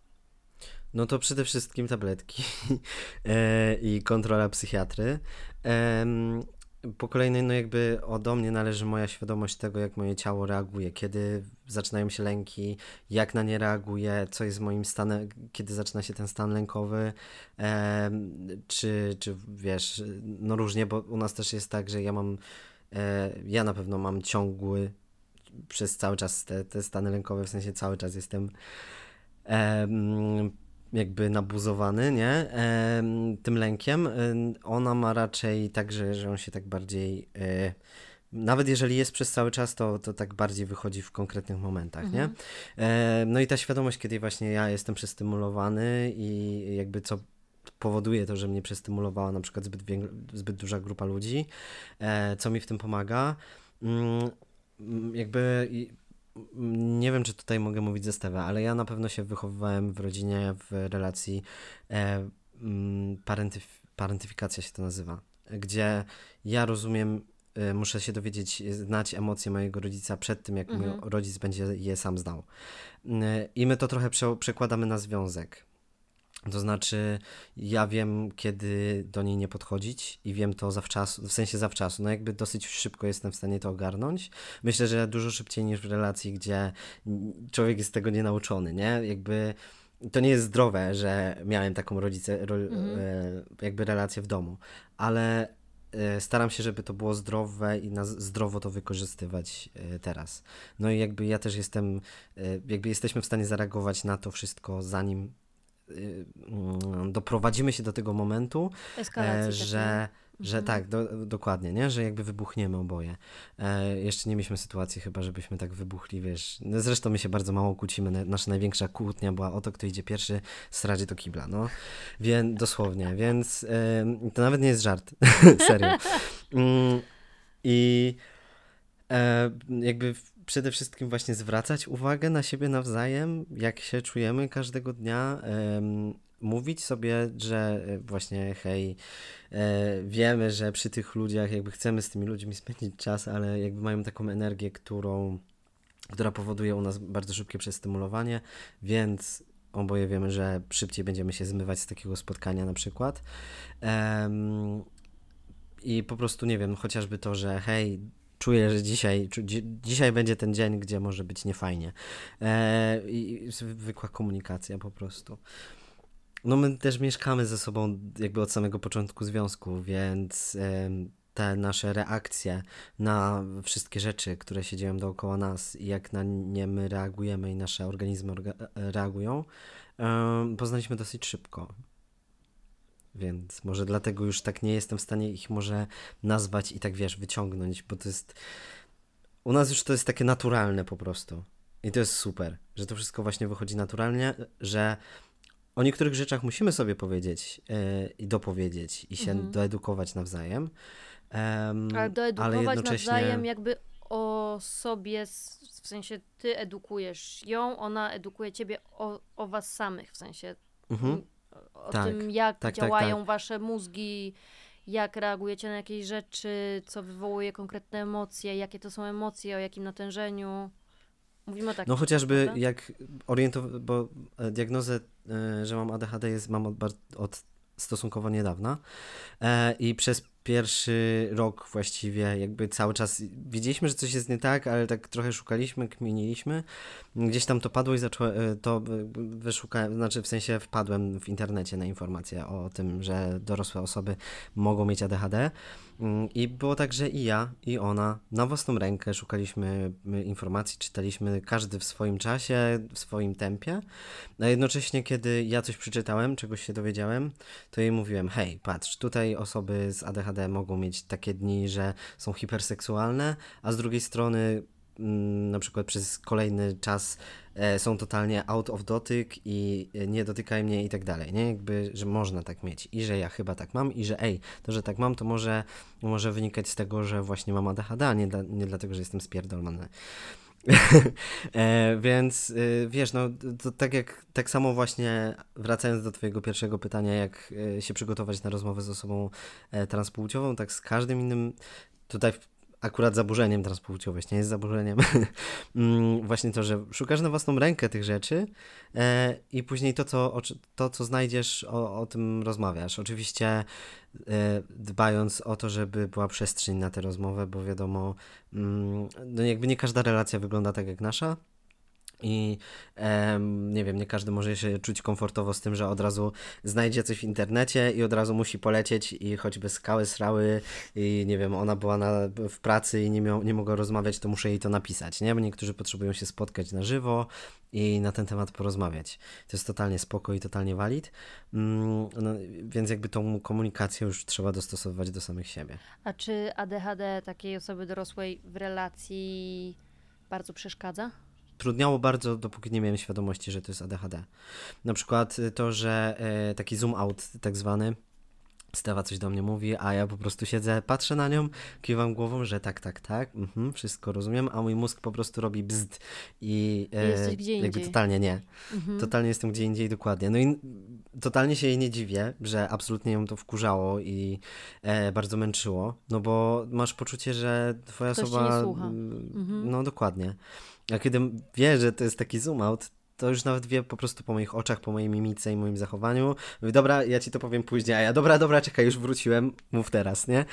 Speaker 2: No to przede wszystkim tabletki e, i kontrola psychiatry. Em, po kolejnej, no jakby ode mnie należy moja świadomość tego, jak moje ciało reaguje, kiedy zaczynają się lęki, jak na nie reaguje, co jest moim stanem, kiedy zaczyna się ten stan lękowy, em, czy, czy wiesz, no różnie, bo u nas też jest tak, że ja mam, e, ja na pewno mam ciągły przez cały czas te, te stany lękowe, w sensie cały czas jestem em, jakby nabuzowany, nie? Em, tym lękiem. Ym, Ona ma raczej tak, że, że on się tak bardziej, e, nawet jeżeli jest przez cały czas, to, to tak bardziej wychodzi w konkretnych momentach, nie?
Speaker 1: Mhm.
Speaker 2: E, no i ta świadomość, kiedy właśnie ja jestem przestymulowany i jakby co powoduje to, że mnie przestymulowała na przykład zbyt, wię- zbyt duża grupa ludzi, e, co mi w tym pomaga. Mm, mm, jakby i- mm, nie wiem, czy tutaj mogę mówić ze Stewa, ale ja na pewno się wychowywałem w rodzinie, w relacji e, mm, parentyf- parentyfikacja się to nazywa, gdzie ja rozumiem, e, muszę się dowiedzieć, znać emocje mojego rodzica przed tym, jak mój
Speaker 1: Mhm.
Speaker 2: rodzic będzie je sam znał. Mm, I my to trochę prze- przekładamy na związek. To znaczy, ja wiem, kiedy do niej nie podchodzić i wiem to zawczasu, w sensie zawczasu. No jakby dosyć szybko jestem w stanie to ogarnąć. Myślę, że dużo szybciej niż w relacji, gdzie mm, człowiek jest tego nienauczony, nie? Jakby to nie jest zdrowe, że miałem taką rodzice, ro,
Speaker 1: Mhm.
Speaker 2: e, jakby relację w domu, ale e, staram się, żeby to było zdrowe i na zdrowo to wykorzystywać e, teraz. No i jakby ja też jestem, e, jakby jesteśmy w stanie zareagować na to wszystko, zanim y, mm, doprowadzimy się do tego momentu,
Speaker 1: Eskalacji
Speaker 2: e,
Speaker 1: takiej.
Speaker 2: że, że
Speaker 1: Mhm.
Speaker 2: tak, do, dokładnie, nie? Że jakby wybuchniemy oboje. E, jeszcze nie mieliśmy sytuacji chyba, żebyśmy tak wybuchli, wiesz. No zresztą my się bardzo mało kłócimy. Na- Nasza największa kłótnia była o to, kto idzie pierwszy sradzie do kibla, no. Więc dosłownie, więc e, to nawet nie jest żart. Serio. Mm, I E, jakby w- przede wszystkim właśnie zwracać uwagę na siebie nawzajem, jak się czujemy każdego dnia. em, mówić sobie, że e, właśnie hej, e, wiemy, że przy tych ludziach jakby chcemy z tymi ludźmi spędzić czas, ale jakby mają taką energię, którą, która powoduje u nas bardzo szybkie przestymulowanie, więc oboje wiemy, że szybciej będziemy się zmywać z takiego spotkania na przykład. Em, I po prostu nie wiem, chociażby to, że hej, czuję, że dzisiaj, czu, dzi, dzisiaj będzie ten dzień, gdzie może być niefajnie. E, I zwykła komunikacja po prostu. No my też mieszkamy ze sobą jakby od samego początku związku, więc em, te nasze reakcje na wszystkie rzeczy, które się dzieją dookoła nas i jak na nie my reagujemy i nasze organizmy orga- e, reagują, em, poznaliśmy dosyć szybko. Więc może dlatego już tak nie jestem w stanie ich może nazwać i tak wiesz, wyciągnąć, bo to jest. U nas już to jest takie naturalne po prostu. I to jest super, że to wszystko właśnie wychodzi naturalnie, że o niektórych rzeczach musimy sobie powiedzieć yy, i dopowiedzieć i się
Speaker 1: Mhm.
Speaker 2: doedukować nawzajem,
Speaker 1: Ale
Speaker 2: em, ale
Speaker 1: doedukować nawzajem
Speaker 2: jednocześnie.
Speaker 1: jakby o sobie, s- w sensie ty edukujesz ją, ona edukuje ciebie o, o was samych, w sensie
Speaker 2: Mhm,
Speaker 1: mm, o tym,
Speaker 2: tak,
Speaker 1: jak
Speaker 2: tak, tak, tak.
Speaker 1: działają wasze mózgi, jak reagujecie na jakieś rzeczy, co wywołuje konkretne emocje, jakie to są emocje, o jakim natężeniu. Mówimy o
Speaker 2: No
Speaker 1: takich rzeczach,
Speaker 2: chociażby
Speaker 1: prawda?
Speaker 2: jak orientow... bo e, diagnozę, e, że mam A D H D jest, mam od, bar- od stosunkowo niedawna. E, I przez pierwszy rok właściwie jakby cały czas widzieliśmy, że coś jest nie tak, ale tak trochę szukaliśmy, kminiliśmy. Gdzieś tam to padło i zaczęło, e, to e, wyszukałem, znaczy w sensie wpadłem w internecie na informacje o tym, że dorosłe osoby mogą mieć A D H D. Mm, I było tak, że i ja, i ona na własną rękę szukaliśmy y, informacji, czytaliśmy każdy w swoim czasie, w swoim tempie. A jednocześnie, kiedy ja coś przeczytałem, czegoś się dowiedziałem, to jej mówiłem, hej, patrz, tutaj osoby z A D H D mogą mieć takie dni, że są hiperseksualne, a z drugiej strony mm, na przykład przez kolejny czas e, są totalnie out of dotyk i e, nie dotykaj mnie i tak dalej, nie? Jakby, że można tak mieć i że ja chyba tak mam i że ej, to, że tak mam, to może, może wynikać z tego, że właśnie mam A D H D, a nie, dla, nie dlatego, że jestem spierdolony. E, więc y, wiesz, no to tak jak tak samo właśnie wracając do twojego pierwszego pytania, jak e, się przygotować na rozmowę z osobą e, transpłciową, tak z każdym innym tutaj w- akurat zaburzeniem transpłciowość nie jest zaburzeniem. Mm, właśnie to, że szukasz na własną rękę tych rzeczy e, i później to, co, o, czy- to, co znajdziesz, o, o tym rozmawiasz. Oczywiście e, dbając o to, żeby była przestrzeń na tę rozmowę, bo wiadomo, mm, no jakby nie każda relacja wygląda tak jak nasza. I em, nie wiem, nie każdy może się czuć komfortowo z tym, że od razu znajdzie coś w internecie i od razu musi polecieć i choćby skały srały i nie wiem, ona była na, w pracy i nie, miał, nie mogła rozmawiać, to muszę jej to napisać, nie? Bo niektórzy potrzebują się spotkać na żywo i na ten temat porozmawiać. To jest totalnie spoko i totalnie valid, mm, no, więc jakby tą komunikację już trzeba dostosowywać do samych siebie.
Speaker 1: A czy A D H D takiej osoby dorosłej w relacji bardzo przeszkadza?
Speaker 2: Trudniało bardzo, dopóki nie miałem świadomości, że to jest A D H D. Na przykład y, to, że e, taki zoom out tak zwany, Stewa coś do mnie mówi, a ja po prostu siedzę, patrzę na nią, kiwam głową, że tak, tak, tak, mhm, wszystko rozumiem, a mój mózg po prostu robi bzd i
Speaker 1: I jesteś
Speaker 2: e,
Speaker 1: gdzie
Speaker 2: jakby
Speaker 1: indziej.
Speaker 2: totalnie nie.
Speaker 1: Mhm.
Speaker 2: Totalnie jestem gdzie indziej dokładnie. No i totalnie się jej nie dziwię, że absolutnie ją to wkurzało i e, bardzo męczyło, no bo masz poczucie, że twoja
Speaker 1: Ktoś cię nie
Speaker 2: osoba,
Speaker 1: słucha.
Speaker 2: mm,
Speaker 1: Mhm.
Speaker 2: no dokładnie. A kiedy wie, że to jest taki zoom out, to już nawet wie po prostu po moich oczach, po mojej mimice i moim zachowaniu. Mówi, dobra, ja ci to powiem później, a ja, dobra, dobra, czekaj, już wróciłem, mów teraz, nie?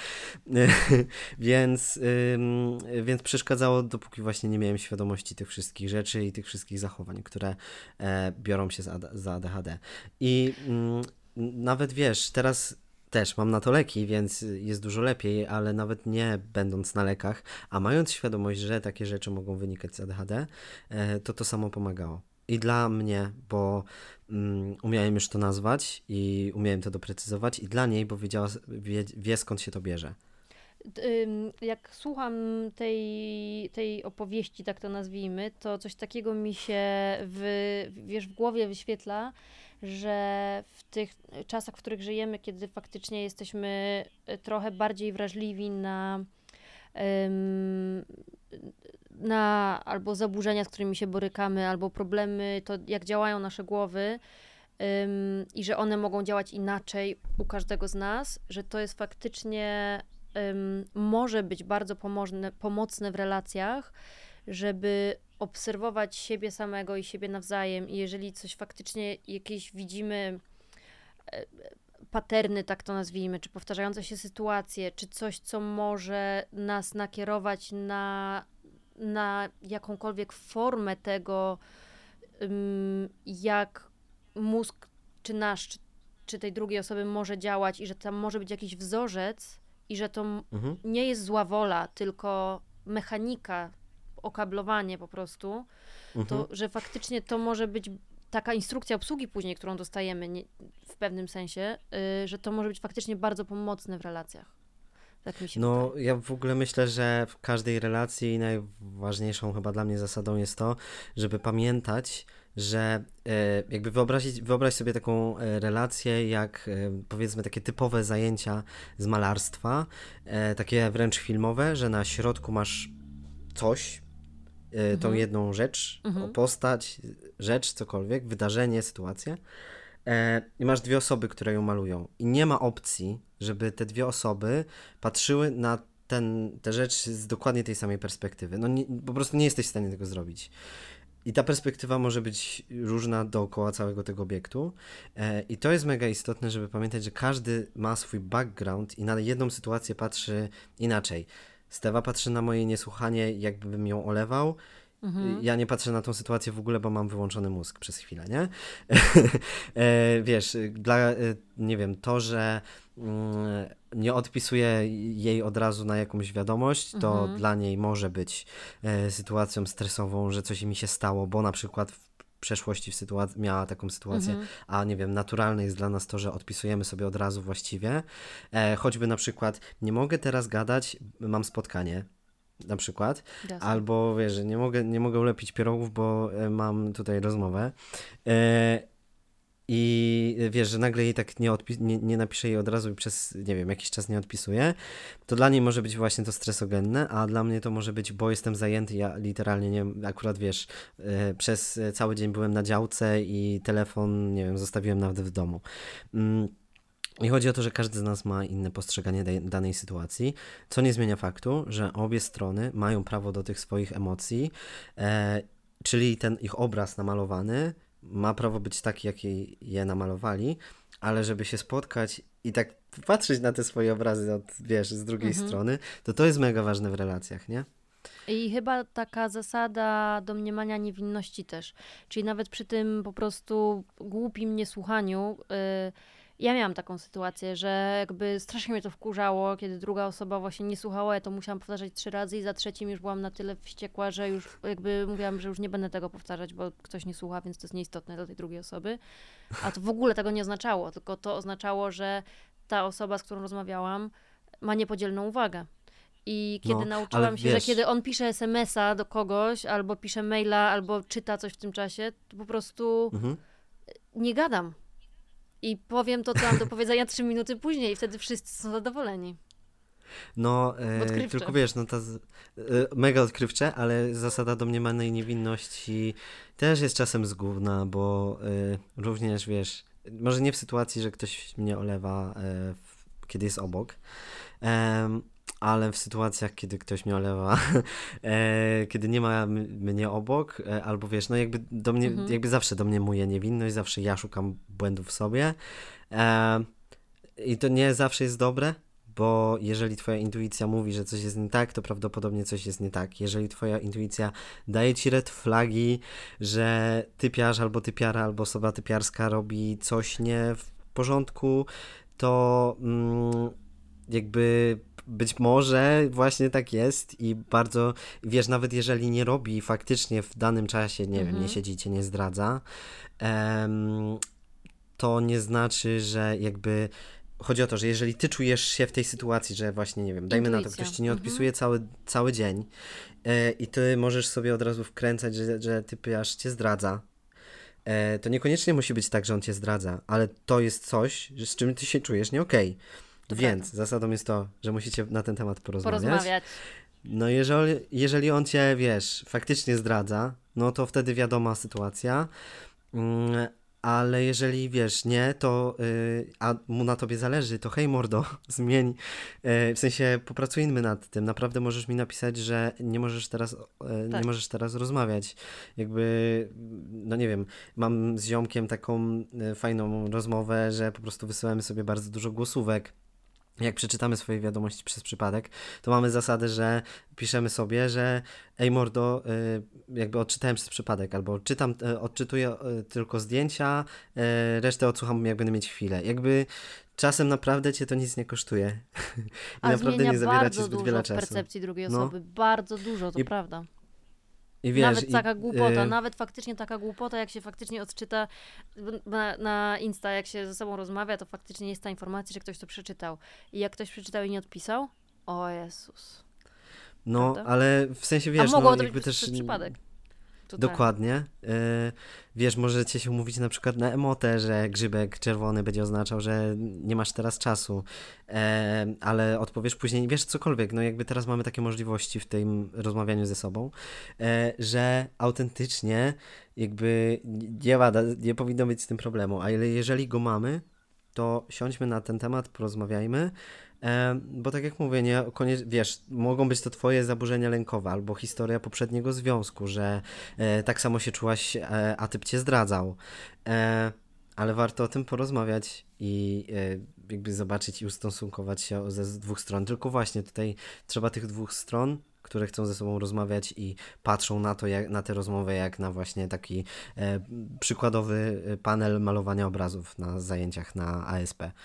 Speaker 2: więc, ym, więc przeszkadzało, dopóki właśnie nie miałem świadomości tych wszystkich rzeczy i tych wszystkich zachowań, które e, biorą się za, za A D H D. I mm, nawet wiesz, teraz też mam na to leki, więc jest dużo lepiej, ale nawet nie będąc na lekach, a mając świadomość, że takie rzeczy mogą wynikać z A D H D, e, to to samo pomagało. I dla mnie, bo mm, umiałem już to nazwać i umiałem to doprecyzować, i dla niej, bo wiedziała, wie, wie skąd się to bierze.
Speaker 1: D- ym, Jak słucham tej, tej opowieści, tak to nazwijmy, to coś takiego mi się w, wiesz, w głowie wyświetla, że w tych czasach, w których żyjemy, kiedy faktycznie jesteśmy e, trochę bardziej wrażliwi na ym, na albo zaburzenia, z którymi się borykamy, albo problemy, to jak działają nasze głowy, ym, i że one mogą działać inaczej u każdego z nas, że to jest faktycznie, ym, może być bardzo pomożne, pomocne w relacjach, żeby obserwować siebie samego i siebie nawzajem i jeżeli coś faktycznie, jakieś widzimy e, paterny, tak to nazwijmy, czy powtarzające się sytuacje, czy coś, co może nas nakierować na, na jakąkolwiek formę tego, ym, jak mózg, czy nasz, czy, czy tej drugiej osoby może działać i że tam może być jakiś wzorzec i że to m-
Speaker 2: Mhm.
Speaker 1: nie jest zła wola, tylko mechanika, okablowanie po prostu,
Speaker 2: Mhm.
Speaker 1: to że faktycznie to może być taka instrukcja obsługi później, którą dostajemy nie, w pewnym sensie, y, że to może być faktycznie bardzo pomocne w relacjach. Tak mi się
Speaker 2: No,
Speaker 1: wydaje.
Speaker 2: ja w ogóle myślę, że w każdej relacji najważniejszą chyba dla mnie zasadą jest to, żeby pamiętać, że e, jakby wyobrazić, wyobraź sobie taką e, relację jak e, powiedzmy takie typowe zajęcia z malarstwa, e, takie wręcz filmowe, że na środku masz coś, e, tą
Speaker 1: Mhm.
Speaker 2: jedną rzecz, o
Speaker 1: Mhm.
Speaker 2: postać, rzecz, cokolwiek, wydarzenie, sytuację. E, I masz dwie osoby, które ją malują. I nie ma opcji, żeby te dwie osoby patrzyły na ten, tę rzecz z dokładnie tej samej perspektywy. No nie, po prostu nie jesteś w stanie tego zrobić. I ta perspektywa może być różna dookoła całego tego obiektu. E, I to jest mega istotne, żeby pamiętać, że każdy ma swój background i na jedną sytuację patrzy inaczej. Stewa patrzy na moje niesłuchanie, jakbym ją olewał.
Speaker 1: Mhm.
Speaker 2: Ja nie patrzę na tą sytuację w ogóle, bo mam wyłączony mózg przez chwilę, nie? E, Wiesz, dla, e, nie wiem, to, że mm, nie odpisuję jej od razu na jakąś wiadomość, to
Speaker 1: Mhm.
Speaker 2: dla niej może być e, sytuacją stresową, że coś mi się stało, bo na przykład w przeszłości w sytuac- miała taką sytuację,
Speaker 1: Mhm.
Speaker 2: a nie wiem, naturalne jest dla nas to, że odpisujemy sobie od razu właściwie. E, choćby na przykład, nie mogę teraz gadać, mam spotkanie, na przykład,
Speaker 1: Jasne.
Speaker 2: albo wiesz, że nie mogę, nie mogę ulepić pierogów, bo e, mam tutaj rozmowę. E, I wiesz, że nagle jej tak nie, odpi- nie, nie napiszę jej od razu i przez, nie wiem, jakiś czas nie odpisuję, to dla niej może być właśnie to stresogenne, a dla mnie to może być, bo jestem zajęty, ja literalnie nie akurat wiesz, e, przez cały dzień byłem na działce i telefon, nie wiem, zostawiłem nawet w domu. Mm, i chodzi o to, że każdy z nas ma inne postrzeganie dej- danej sytuacji, co nie zmienia faktu, że obie strony mają prawo do tych swoich emocji, e, czyli ten ich obraz namalowany ma prawo być taki, jaki je namalowali, ale żeby się spotkać i tak patrzeć na te swoje obrazy od, wiesz, z drugiej
Speaker 1: Mhm.
Speaker 2: strony, to to jest mega ważne w relacjach, nie?
Speaker 1: I chyba taka zasada domniemania niewinności też. Czyli nawet przy tym po prostu głupim niesłuchaniu. y, Ja miałam taką sytuację, że jakby strasznie mnie to wkurzało, kiedy druga osoba właśnie nie słuchała, ja to musiałam powtarzać trzy razy i za trzecim już byłam na tyle wściekła, że już jakby mówiłam, że już nie będę tego powtarzać, bo ktoś nie słucha, więc to jest nieistotne dla tej drugiej osoby. A to w ogóle tego nie oznaczało, tylko to oznaczało, że ta osoba, z którą rozmawiałam, ma niepodzielną uwagę. I kiedy
Speaker 2: No, ale
Speaker 1: nauczyłam się, że kiedy
Speaker 2: wiesz,
Speaker 1: on pisze es em es a do kogoś, albo pisze maila, albo czyta coś w tym czasie, to po prostu
Speaker 2: mhm.
Speaker 1: nie gadam. I powiem to, co mam do powiedzenia trzy minuty później i wtedy wszyscy są zadowoleni.
Speaker 2: No, e, tylko
Speaker 1: Odkrywcze.
Speaker 2: wiesz, no ta z, e, mega odkrywcze, ale zasada domniemanej niewinności też jest czasem zgubna, bo e, również wiesz, może nie w sytuacji, że ktoś mnie olewa, e, w, kiedy jest obok, em, ale w sytuacjach, kiedy ktoś mnie olewa, e, kiedy nie ma m- mnie obok, e, albo wiesz, no jakby do mnie,
Speaker 1: Mhm.
Speaker 2: jakby zawsze domniemuję niewinność, zawsze ja szukam błędów w sobie. E, i to nie zawsze jest dobre, bo jeżeli twoja intuicja mówi, że coś jest nie tak, to prawdopodobnie coś jest nie tak. Jeżeli twoja intuicja daje ci red flagi, że typiarz albo typiara, albo osoba typiarska robi coś nie w porządku, to mm, jakby być może właśnie tak jest i bardzo, wiesz, nawet jeżeli nie robi faktycznie w danym czasie, nie wiem, nie
Speaker 1: Mhm.
Speaker 2: siedzi, cię nie zdradza, em, to nie znaczy, że jakby chodzi o to, że jeżeli ty czujesz się w tej sytuacji, że właśnie, nie wiem, dajmy na to, ktoś
Speaker 1: Intuicja.
Speaker 2: ci nie
Speaker 1: Mhm.
Speaker 2: odpisuje cały, cały dzień e, i ty możesz sobie od razu wkręcać, że, że typ aż cię zdradza, e, to niekoniecznie musi być tak, że on cię zdradza, ale to jest coś, że- z czym ty się czujesz nie okej.
Speaker 1: To
Speaker 2: Więc
Speaker 1: prawda.
Speaker 2: zasadą jest to, że musicie na ten temat porozmawiać.
Speaker 1: Porozmawiać.
Speaker 2: No jeżeli, jeżeli on cię, wiesz, faktycznie zdradza, no to wtedy wiadoma sytuacja. Mm, ale jeżeli wiesz, nie, to yy, a mu na tobie zależy, to hej mordo, zmień, yy, w sensie popracujmy nad tym. Naprawdę możesz mi napisać, że nie możesz teraz, yy, nie
Speaker 1: Tak.
Speaker 2: możesz teraz rozmawiać. Jakby, no nie wiem, mam z ziomkiem taką yy, fajną rozmowę, że po prostu wysyłamy sobie bardzo dużo głosówek. Jak przeczytamy swoje wiadomości przez przypadek, to mamy zasadę, że piszemy sobie, że ej mordo, y, jakby odczytałem przez przypadek, albo czytam, y, odczytuję y, tylko zdjęcia, y, resztę odsłucham, jak będę mieć chwilę. Jakby czasem naprawdę cię to nic nie kosztuje i
Speaker 1: A
Speaker 2: naprawdę
Speaker 1: zmienia
Speaker 2: nie zabiera ci
Speaker 1: bardzo
Speaker 2: zbyt
Speaker 1: dużo
Speaker 2: wiele
Speaker 1: w
Speaker 2: czasu.
Speaker 1: percepcji drugiej
Speaker 2: No
Speaker 1: osoby. Bardzo dużo, to
Speaker 2: i,
Speaker 1: prawda.
Speaker 2: i wiesz,
Speaker 1: Nawet
Speaker 2: i,
Speaker 1: taka głupota,
Speaker 2: y,
Speaker 1: nawet faktycznie taka głupota, jak się faktycznie odczyta na, na Insta, jak się ze sobą rozmawia, to faktycznie jest ta informacja, że ktoś to przeczytał. I jak ktoś przeczytał i nie odpisał, o Jezus.
Speaker 2: no,
Speaker 1: Prawda?
Speaker 2: ale w sensie
Speaker 1: A
Speaker 2: wiesz,
Speaker 1: mogło
Speaker 2: no
Speaker 1: to być
Speaker 2: jakby
Speaker 1: przez,
Speaker 2: też...
Speaker 1: przez przypadek. Totalnie.
Speaker 2: Dokładnie. Yy, wiesz, możecie się umówić na przykład na emotę, że grzybek czerwony będzie oznaczał, że nie masz teraz czasu, e, ale odpowiesz później, wiesz, cokolwiek. No jakby teraz mamy takie możliwości w tym rozmawianiu ze sobą, e, że autentycznie jakby nie, ma, nie powinno być z tym problemu, ale jeżeli go mamy, to siądźmy na ten temat, porozmawiajmy. E, bo tak jak mówię, nie, koniecznie, wiesz, mogą być to twoje zaburzenia lękowe albo historia poprzedniego związku, że e, tak samo się czułaś, e, a typ cię zdradzał. E, ale warto o tym porozmawiać i e, jakby zobaczyć i ustosunkować się ze dwóch stron. Tylko właśnie tutaj trzeba tych dwóch stron, które chcą ze sobą rozmawiać i patrzą na to, jak, na tę rozmowę, jak na właśnie taki e, przykładowy panel malowania obrazów na zajęciach na A S P.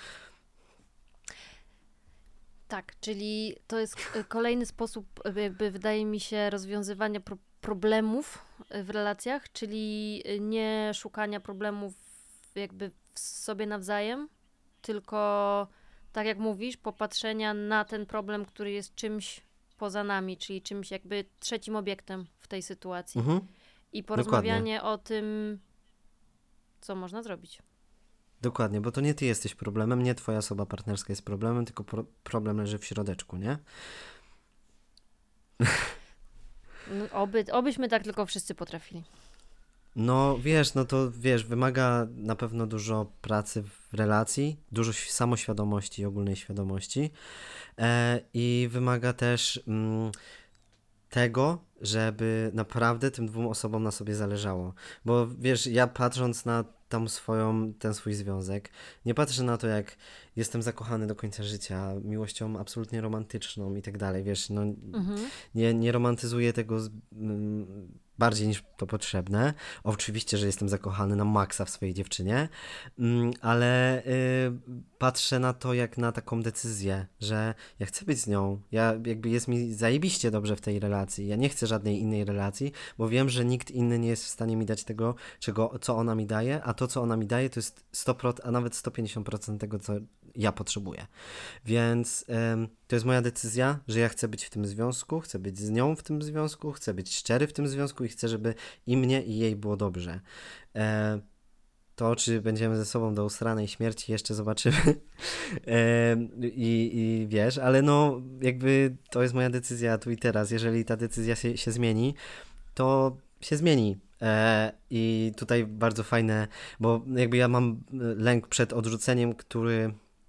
Speaker 1: Tak, czyli to jest kolejny sposób, jakby wydaje mi się, rozwiązywania pro- problemów w relacjach, czyli nie szukania problemów jakby w sobie nawzajem, tylko tak jak mówisz, popatrzenia na ten problem, który jest czymś poza nami, czyli czymś jakby trzecim obiektem w tej sytuacji.
Speaker 2: Mhm.
Speaker 1: I porozmawianie o tym, co można zrobić.
Speaker 2: Dokładnie, bo to nie ty jesteś problemem, nie twoja osoba partnerska jest problemem, tylko pro- problem leży w środeczku, nie?
Speaker 1: No, oby, obyśmy tak tylko wszyscy potrafili.
Speaker 2: No wiesz, no to wiesz, wymaga na pewno dużo pracy w relacji, dużo ś- samoświadomości i ogólnej świadomości e, i wymaga też mm, tego, żeby naprawdę tym dwóm osobom na sobie zależało. Bo wiesz, ja patrząc na tam swoją, ten swój związek, nie patrzę na to, jak jestem zakochany do końca życia, miłością absolutnie romantyczną i tak dalej, wiesz, no
Speaker 1: Mhm.
Speaker 2: nie, nie romantyzuję tego z, mm, bardziej niż to potrzebne. Oczywiście, że jestem zakochany na maksa w swojej dziewczynie, mm, ale y, patrzę na to jak na taką decyzję, że ja chcę być z nią, ja jakby jest mi zajebiście dobrze w tej relacji, ja nie chcę żadnej innej relacji, bo wiem, że nikt inny nie jest w stanie mi dać tego, czego, co ona mi daje, a to, co ona mi daje, to jest sto procent, a nawet sto pięćdziesiąt procent tego, co ja potrzebuję. Więc ym, to jest moja decyzja, że ja chcę być w tym związku, chcę być z nią w tym związku, chcę być szczery w tym związku i chcę, żeby i mnie, i jej było dobrze. E, to, czy będziemy ze sobą do usranej śmierci, jeszcze zobaczymy. e, i, I wiesz, ale no jakby to jest moja decyzja tu i teraz. Jeżeli ta decyzja się, się zmieni, to się zmieni. E, I tutaj bardzo fajne, bo jakby ja mam lęk przed odrzuceniem, który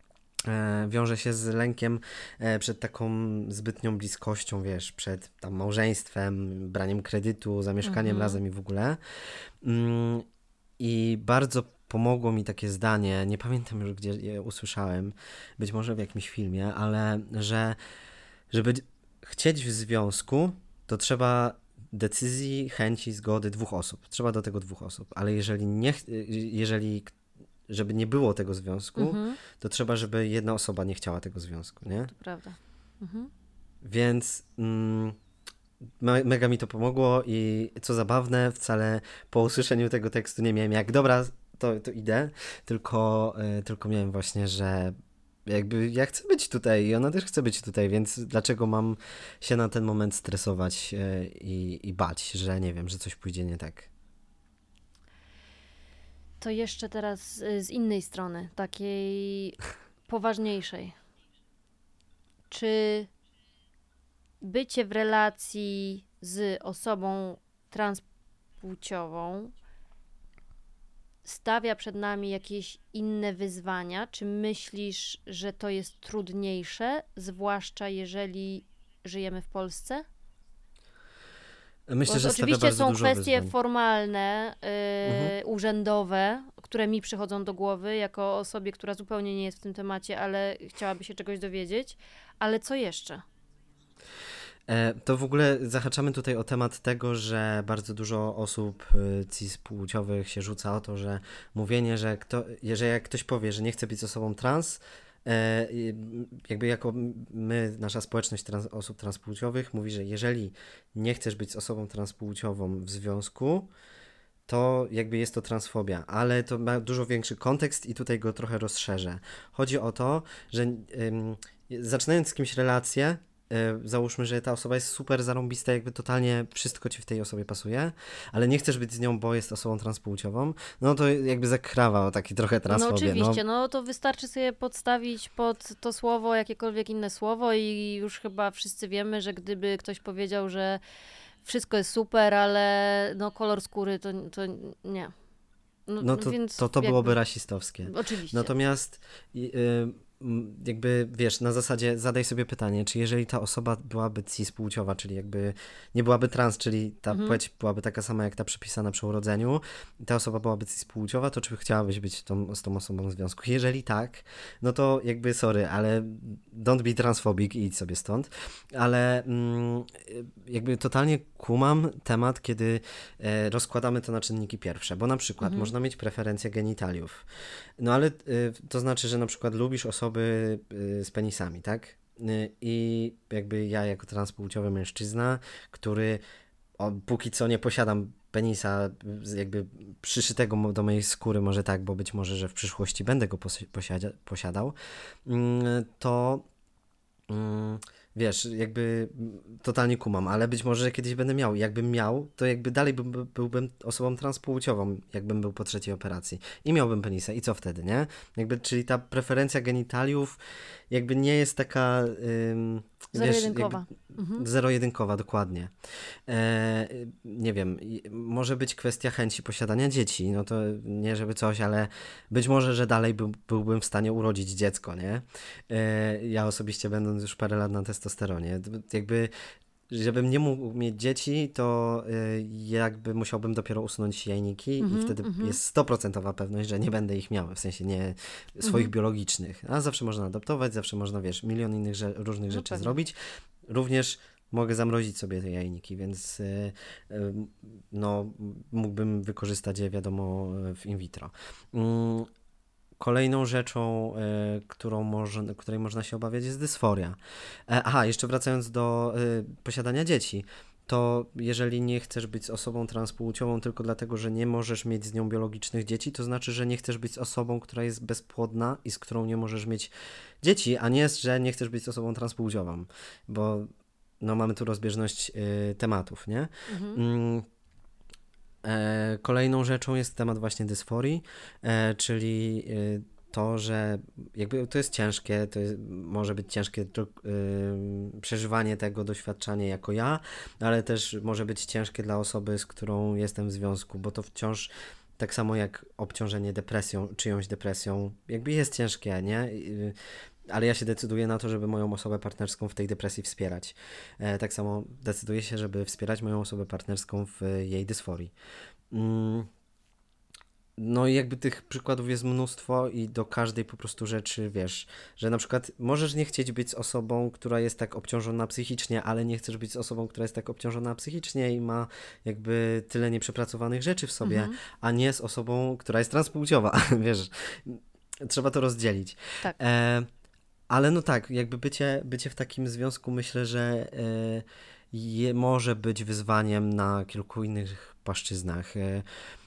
Speaker 2: e, wiąże się z lękiem e, przed taką zbytnią bliskością, wiesz, przed tam małżeństwem, braniem kredytu, zamieszkaniem
Speaker 1: Mhm.
Speaker 2: razem i w ogóle. Mm, I bardzo pomogło mi takie zdanie, nie pamiętam już gdzie je usłyszałem, być może w jakimś filmie, ale że żeby chcieć w związku, to trzeba decyzji, chęci, zgody dwóch osób. Trzeba do tego dwóch osób, ale jeżeli nie, ch- jeżeli żeby nie było tego związku,
Speaker 1: Mhm.
Speaker 2: to trzeba, żeby jedna osoba nie chciała tego związku, nie?
Speaker 1: To prawda. Mhm.
Speaker 2: Więc mm, me- mega mi to pomogło i co zabawne, wcale po usłyszeniu tego tekstu nie miałem jak, dobra, to, to idę, tylko, y, tylko miałem właśnie, że jakby ja chcę być tutaj i ona też chce być tutaj, więc dlaczego mam się na ten moment stresować y, i, i bać, że nie wiem, że coś pójdzie nie tak.
Speaker 1: To jeszcze teraz y, z innej strony, takiej poważniejszej. czy bycie w relacji z osobą transpłciową stawia przed nami jakieś inne wyzwania? Czy myślisz, że to jest trudniejsze, zwłaszcza jeżeli żyjemy w Polsce?
Speaker 2: Myślę,
Speaker 1: Bo
Speaker 2: że stawia
Speaker 1: oczywiście
Speaker 2: bardzo
Speaker 1: są
Speaker 2: dużo
Speaker 1: kwestie
Speaker 2: wyzwań.
Speaker 1: formalne,
Speaker 2: Mhm.
Speaker 1: yy, urzędowe, które mi przychodzą do głowy jako osobie, która zupełnie nie jest w tym temacie, ale chciałaby się czegoś dowiedzieć. Ale co jeszcze?
Speaker 2: E, To w ogóle zahaczamy tutaj o temat tego, że bardzo dużo osób y, cispłciowych się rzuca o to, że mówienie, że kto, jeżeli jak ktoś powie, że nie chce być osobą trans, e, i, m, jakby jako my, nasza społeczność trans, osób transpłciowych mówi, że jeżeli nie chcesz być z osobą transpłciową w związku, to jakby jest to transfobia, ale to ma dużo większy kontekst i tutaj go trochę rozszerzę. Chodzi o to, że ym, zaczynając z kimś relację, y, załóżmy, że ta osoba jest super zarąbista, jakby totalnie wszystko ci w tej osobie pasuje, ale nie chcesz być z nią, bo jest osobą transpłciową, no to jakby zakrawa o taki trochę
Speaker 1: No
Speaker 2: transfobię.
Speaker 1: oczywiście, no to wystarczy sobie podstawić pod to słowo jakiekolwiek inne słowo i już chyba wszyscy wiemy, że gdyby ktoś powiedział, że wszystko jest super, ale no kolor skóry to, to nie. No,
Speaker 2: No
Speaker 1: no
Speaker 2: to,
Speaker 1: więc
Speaker 2: to to byłoby
Speaker 1: jakby,
Speaker 2: rasistowskie.
Speaker 1: oczywiście.
Speaker 2: Natomiast y, y, m, jakby wiesz, na zasadzie zadaj sobie pytanie, czy jeżeli ta osoba byłaby cispłciowa, czyli jakby nie byłaby trans, czyli ta
Speaker 1: Mhm.
Speaker 2: płeć byłaby taka sama jak ta przypisana przy urodzeniu, i ta osoba byłaby cispłciowa, to czy chciałabyś być tą, z tą osobą w związku? Jeżeli tak, no to jakby sorry, ale don't be transphobic i idź sobie stąd. Ale mm, jakby totalnie kumam temat, kiedy e, rozkładamy to na czynniki pierwsze, bo na przykład
Speaker 1: Mhm.
Speaker 2: można mieć preferencje genitaliów. No ale y, to znaczy, że na przykład lubisz osoby y, z penisami, tak? Y, I jakby ja jako transpłciowy mężczyzna, który o, póki co nie posiadam penisa z- jakby przyszytego mo- do mojej skóry, może tak, bo być może, że w przyszłości będę go posi- posiada- posiadał, mm, to Mm, wiesz, jakby mm, totalnie kumam, ale być może że kiedyś będę miał. I jakbym miał, to jakby dalej bym, byłbym osobą transpłciową, jakbym był po trzeciej operacji. I miałbym penisa. I co wtedy, nie? Jakby, czyli ta preferencja genitaliów jakby nie jest taka, ym, wiesz, jakby
Speaker 1: Zero-jedynkowa. Mhm.
Speaker 2: zero-jedynkowa, dokładnie. E, nie wiem, i- może być kwestia chęci posiadania dzieci, no to nie żeby coś, ale być może, że dalej był, byłbym w stanie urodzić dziecko, nie? E, ja osobiście będąc już parę lat na testosteronie, d- jakby żebym nie mógł mieć dzieci, to y, jakby musiałbym dopiero usunąć jajniki i
Speaker 1: Mhm,
Speaker 2: wtedy
Speaker 1: mhm,
Speaker 2: jest stuprocentowa pewność, że nie będę ich miał, w sensie nie swoich
Speaker 1: mhm.
Speaker 2: biologicznych. A zawsze można adoptować, zawsze można, wiesz, milion innych rze- różnych
Speaker 1: No
Speaker 2: rzeczy
Speaker 1: pewnie.
Speaker 2: zrobić. Również mogę zamrozić sobie te jajniki, więc y, y, no, mógłbym wykorzystać je, wiadomo, w in vitro. Mm, Kolejną rzeczą, y, którą może, której można się obawiać, jest dysforia. E, Aha, jeszcze wracając do y, posiadania dzieci, to jeżeli nie chcesz być z osobą transpłciową tylko dlatego, że nie możesz mieć z nią biologicznych dzieci, to znaczy, że nie chcesz być z osobą, która jest bezpłodna i z którą nie możesz mieć dzieci, a nie, że nie chcesz być z osobą transpłciową, bo no, mamy tu rozbieżność y, tematów, nie?
Speaker 1: Mhm.
Speaker 2: Mm, E, kolejną rzeczą jest temat właśnie dysforii, e, czyli e, to, że jakby to jest ciężkie, to jest, może być ciężkie to, y, przeżywanie tego, doświadczanie jako ja, ale też może być ciężkie dla osoby, z którą jestem w związku, bo to wciąż tak samo jak obciążenie depresją, czyjąś depresją, jakby jest ciężkie, nie? Y, ale ja się decyduję na to, żeby moją osobę partnerską w tej depresji wspierać. E, tak samo decyduję się, żeby wspierać moją osobę partnerską w jej dysforii. Mm, No i jakby tych przykładów jest mnóstwo i do każdej po prostu rzeczy, wiesz, że na przykład możesz nie chcieć być z osobą, która jest tak obciążona psychicznie, ale nie chcesz być z osobą, która jest tak obciążona psychicznie i ma jakby tyle nieprzepracowanych rzeczy w sobie,
Speaker 1: Mhm.
Speaker 2: a nie z osobą, która jest transpłciowa, wiesz, trzeba to rozdzielić.
Speaker 1: Tak.
Speaker 2: E, ale no tak, jakby bycie, bycie w takim związku myślę, że e, je, może być wyzwaniem na kilku innych płaszczyznach. E,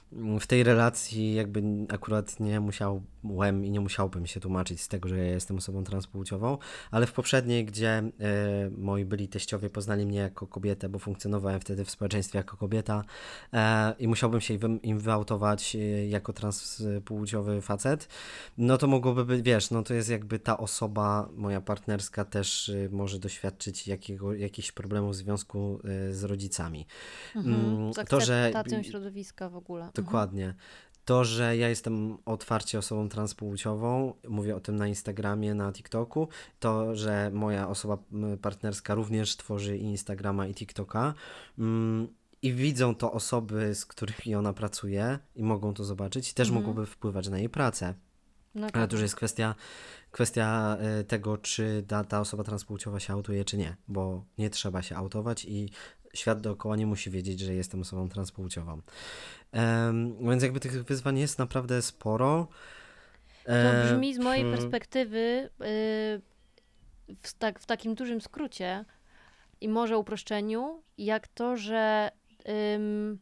Speaker 2: w tej relacji jakby akurat nie musiałem i nie musiałbym się tłumaczyć z tego, że ja jestem osobą transpłciową, ale w poprzedniej, gdzie e, moi byli teściowie poznali mnie jako kobietę, bo funkcjonowałem wtedy w społeczeństwie jako kobieta e, i musiałbym się im, im wyautować e, jako transpłciowy facet, no to mogłoby być, wiesz, no to jest jakby ta osoba, moja partnerska też e, może doświadczyć jakiego, jakichś problemów w związku e, z rodzicami.
Speaker 1: Mhm.
Speaker 2: Mm,
Speaker 1: Z
Speaker 2: To, że
Speaker 1: akceptacją środowiska w ogóle. Mhm.
Speaker 2: dokładnie. To, że ja jestem otwarcie osobą transpłciową, mówię o tym na Instagramie, na TikToku, to, że moja osoba m, partnerska również tworzy i Instagrama i TikToka mm, i widzą to osoby, z którymi ona pracuje i mogą to zobaczyć i też
Speaker 1: Mhm.
Speaker 2: mogłoby wpływać na jej pracę.
Speaker 1: Na
Speaker 2: Ale to
Speaker 1: pewno.
Speaker 2: już jest kwestia, kwestia e, tego, czy ta, ta osoba transpłciowa się autuje, czy nie, bo nie trzeba się autować i świat dookoła nie musi wiedzieć, że jestem osobą transpłciową. Em, więc jakby tych wyzwań jest naprawdę sporo.
Speaker 1: To
Speaker 2: E,
Speaker 1: brzmi z mojej
Speaker 2: hmm,
Speaker 1: perspektywy yy, w, tak, w takim dużym skrócie i może uproszczeniu, jak to, że ym,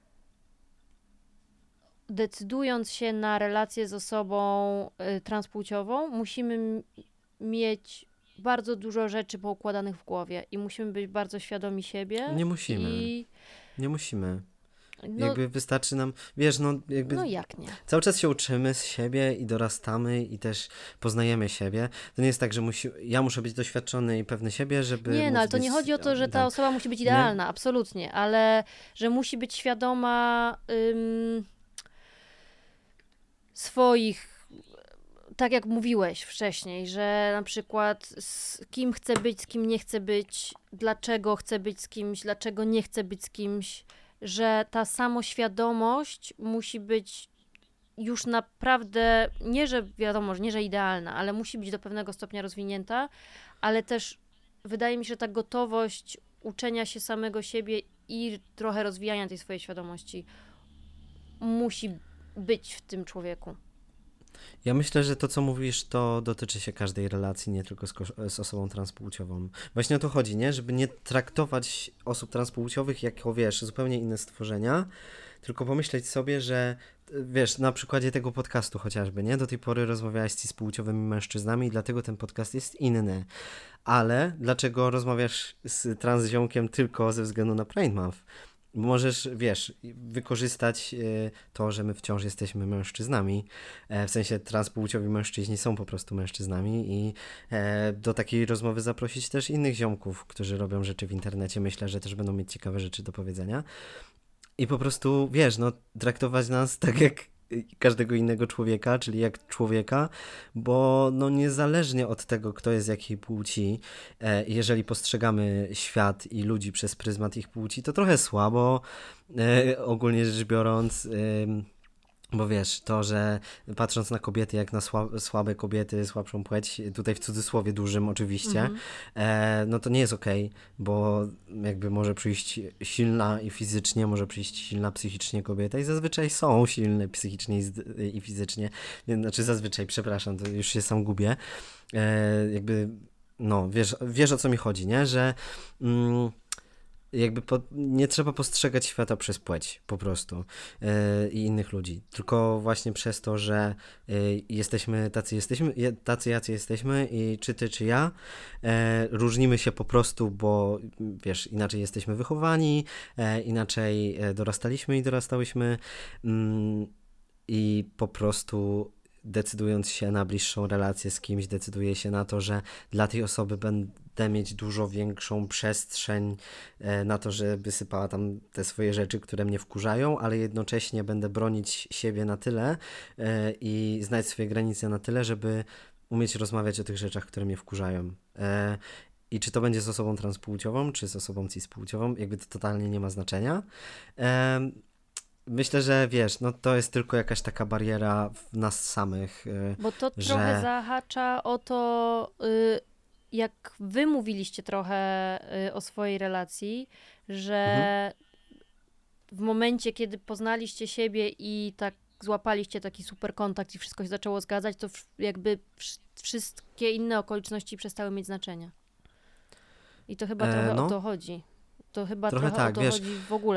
Speaker 1: decydując się na relację z osobą y, transpłciową, musimy m- mieć bardzo dużo rzeczy poukładanych w głowie i musimy być bardzo świadomi siebie
Speaker 2: nie musimy,
Speaker 1: i
Speaker 2: nie musimy.
Speaker 1: no,
Speaker 2: Jakby wystarczy nam, wiesz, no jakby
Speaker 1: no jak nie?
Speaker 2: cały czas się uczymy z siebie i dorastamy i też poznajemy siebie. To nie jest tak, że musi, ja muszę być doświadczony i pewny siebie, żeby
Speaker 1: Nie, no
Speaker 2: móc
Speaker 1: ale to
Speaker 2: być,
Speaker 1: nie chodzi o to, że ta
Speaker 2: tak,
Speaker 1: osoba musi być
Speaker 2: nie?
Speaker 1: idealna, absolutnie, ale że musi być świadoma ym, swoich, tak jak mówiłeś wcześniej, że na przykład z kim chce być, z kim nie chce być, dlaczego chce być z kimś, dlaczego nie chce być z kimś, że ta samoświadomość musi być już naprawdę, nie że wiadomo, że nie że idealna, ale musi być do pewnego stopnia rozwinięta, ale też wydaje mi się, że ta gotowość uczenia się samego siebie i trochę rozwijania tej swojej świadomości musi być w tym człowieku.
Speaker 2: Ja myślę, że to, co mówisz, to dotyczy się każdej relacji, nie tylko z, ko- z osobą transpłciową. Właśnie o to chodzi, nie? Żeby nie traktować osób transpłciowych jako, wiesz, zupełnie inne stworzenia, tylko pomyśleć sobie, że, wiesz, na przykładzie tego podcastu chociażby, nie? Do tej pory rozmawiałeś z cis-płciowymi mężczyznami i dlatego ten podcast jest inny. Ale dlaczego rozmawiasz z transziomkiem tylko ze względu na Pride Month? Możesz, wiesz, wykorzystać e, to, że my wciąż jesteśmy mężczyznami, e, w sensie transpłciowi mężczyźni są po prostu mężczyznami i e, do takiej rozmowy zaprosić też innych ziomków, którzy robią rzeczy w internecie. Myślę, że też będą mieć ciekawe rzeczy do powiedzenia. I po prostu, wiesz, no, traktować nas tak jak każdego innego człowieka, czyli jak człowieka, bo no niezależnie od tego, kto jest jakiej płci, e, jeżeli postrzegamy świat i ludzi przez pryzmat ich płci, to trochę słabo, e, ogólnie rzecz biorąc, ym, bo wiesz, to, że patrząc na kobiety jak na sła, słabe kobiety, słabszą płeć, tutaj w cudzysłowie dużym oczywiście,
Speaker 1: Mhm.
Speaker 2: e, no to nie jest okej, bo jakby może przyjść silna i fizycznie, może przyjść silna psychicznie kobieta i zazwyczaj są silne psychicznie i, zd- i fizycznie, nie, znaczy zazwyczaj, przepraszam, to już się sam gubię, e, jakby, no, wiesz, wiesz o co mi chodzi, nie, że mm, jakby po, nie trzeba postrzegać świata przez płeć po prostu yy, i innych ludzi, tylko właśnie przez to, że yy, jesteśmy tacy jesteśmy, je- tacy jacy jesteśmy i czy ty, czy ja, yy, różnimy się po prostu, bo wiesz, inaczej jesteśmy wychowani, yy, inaczej yy, dorastaliśmy i dorastałyśmy yy, i po prostu decydując się na bliższą relację z kimś, decyduję się na to, że dla tej osoby będę mieć dużo większą przestrzeń e, na to, żeby sypała tam te swoje rzeczy, które mnie wkurzają, ale jednocześnie będę bronić siebie na tyle e, i znać swoje granice na tyle, żeby umieć rozmawiać o tych rzeczach, które mnie wkurzają. E, I czy to będzie z osobą transpłciową, czy z osobą cispłciową, jakby to totalnie nie ma znaczenia. E, Myślę, że wiesz, no to jest tylko jakaś taka bariera w nas samych, y,
Speaker 1: Bo to trochę
Speaker 2: że
Speaker 1: zahacza o to, y, jak wy mówiliście trochę y, o swojej relacji,
Speaker 2: mhm.
Speaker 1: że w momencie, kiedy poznaliście siebie i tak złapaliście taki super kontakt i wszystko się zaczęło zgadzać, to w- jakby wsz- wszystkie inne okoliczności przestały mieć znaczenie. I to chyba
Speaker 2: E,
Speaker 1: trochę o
Speaker 2: no,
Speaker 1: to chodzi. To chyba
Speaker 2: trochę
Speaker 1: trochę o
Speaker 2: tak,
Speaker 1: to
Speaker 2: wiesz,
Speaker 1: chodzi w ogóle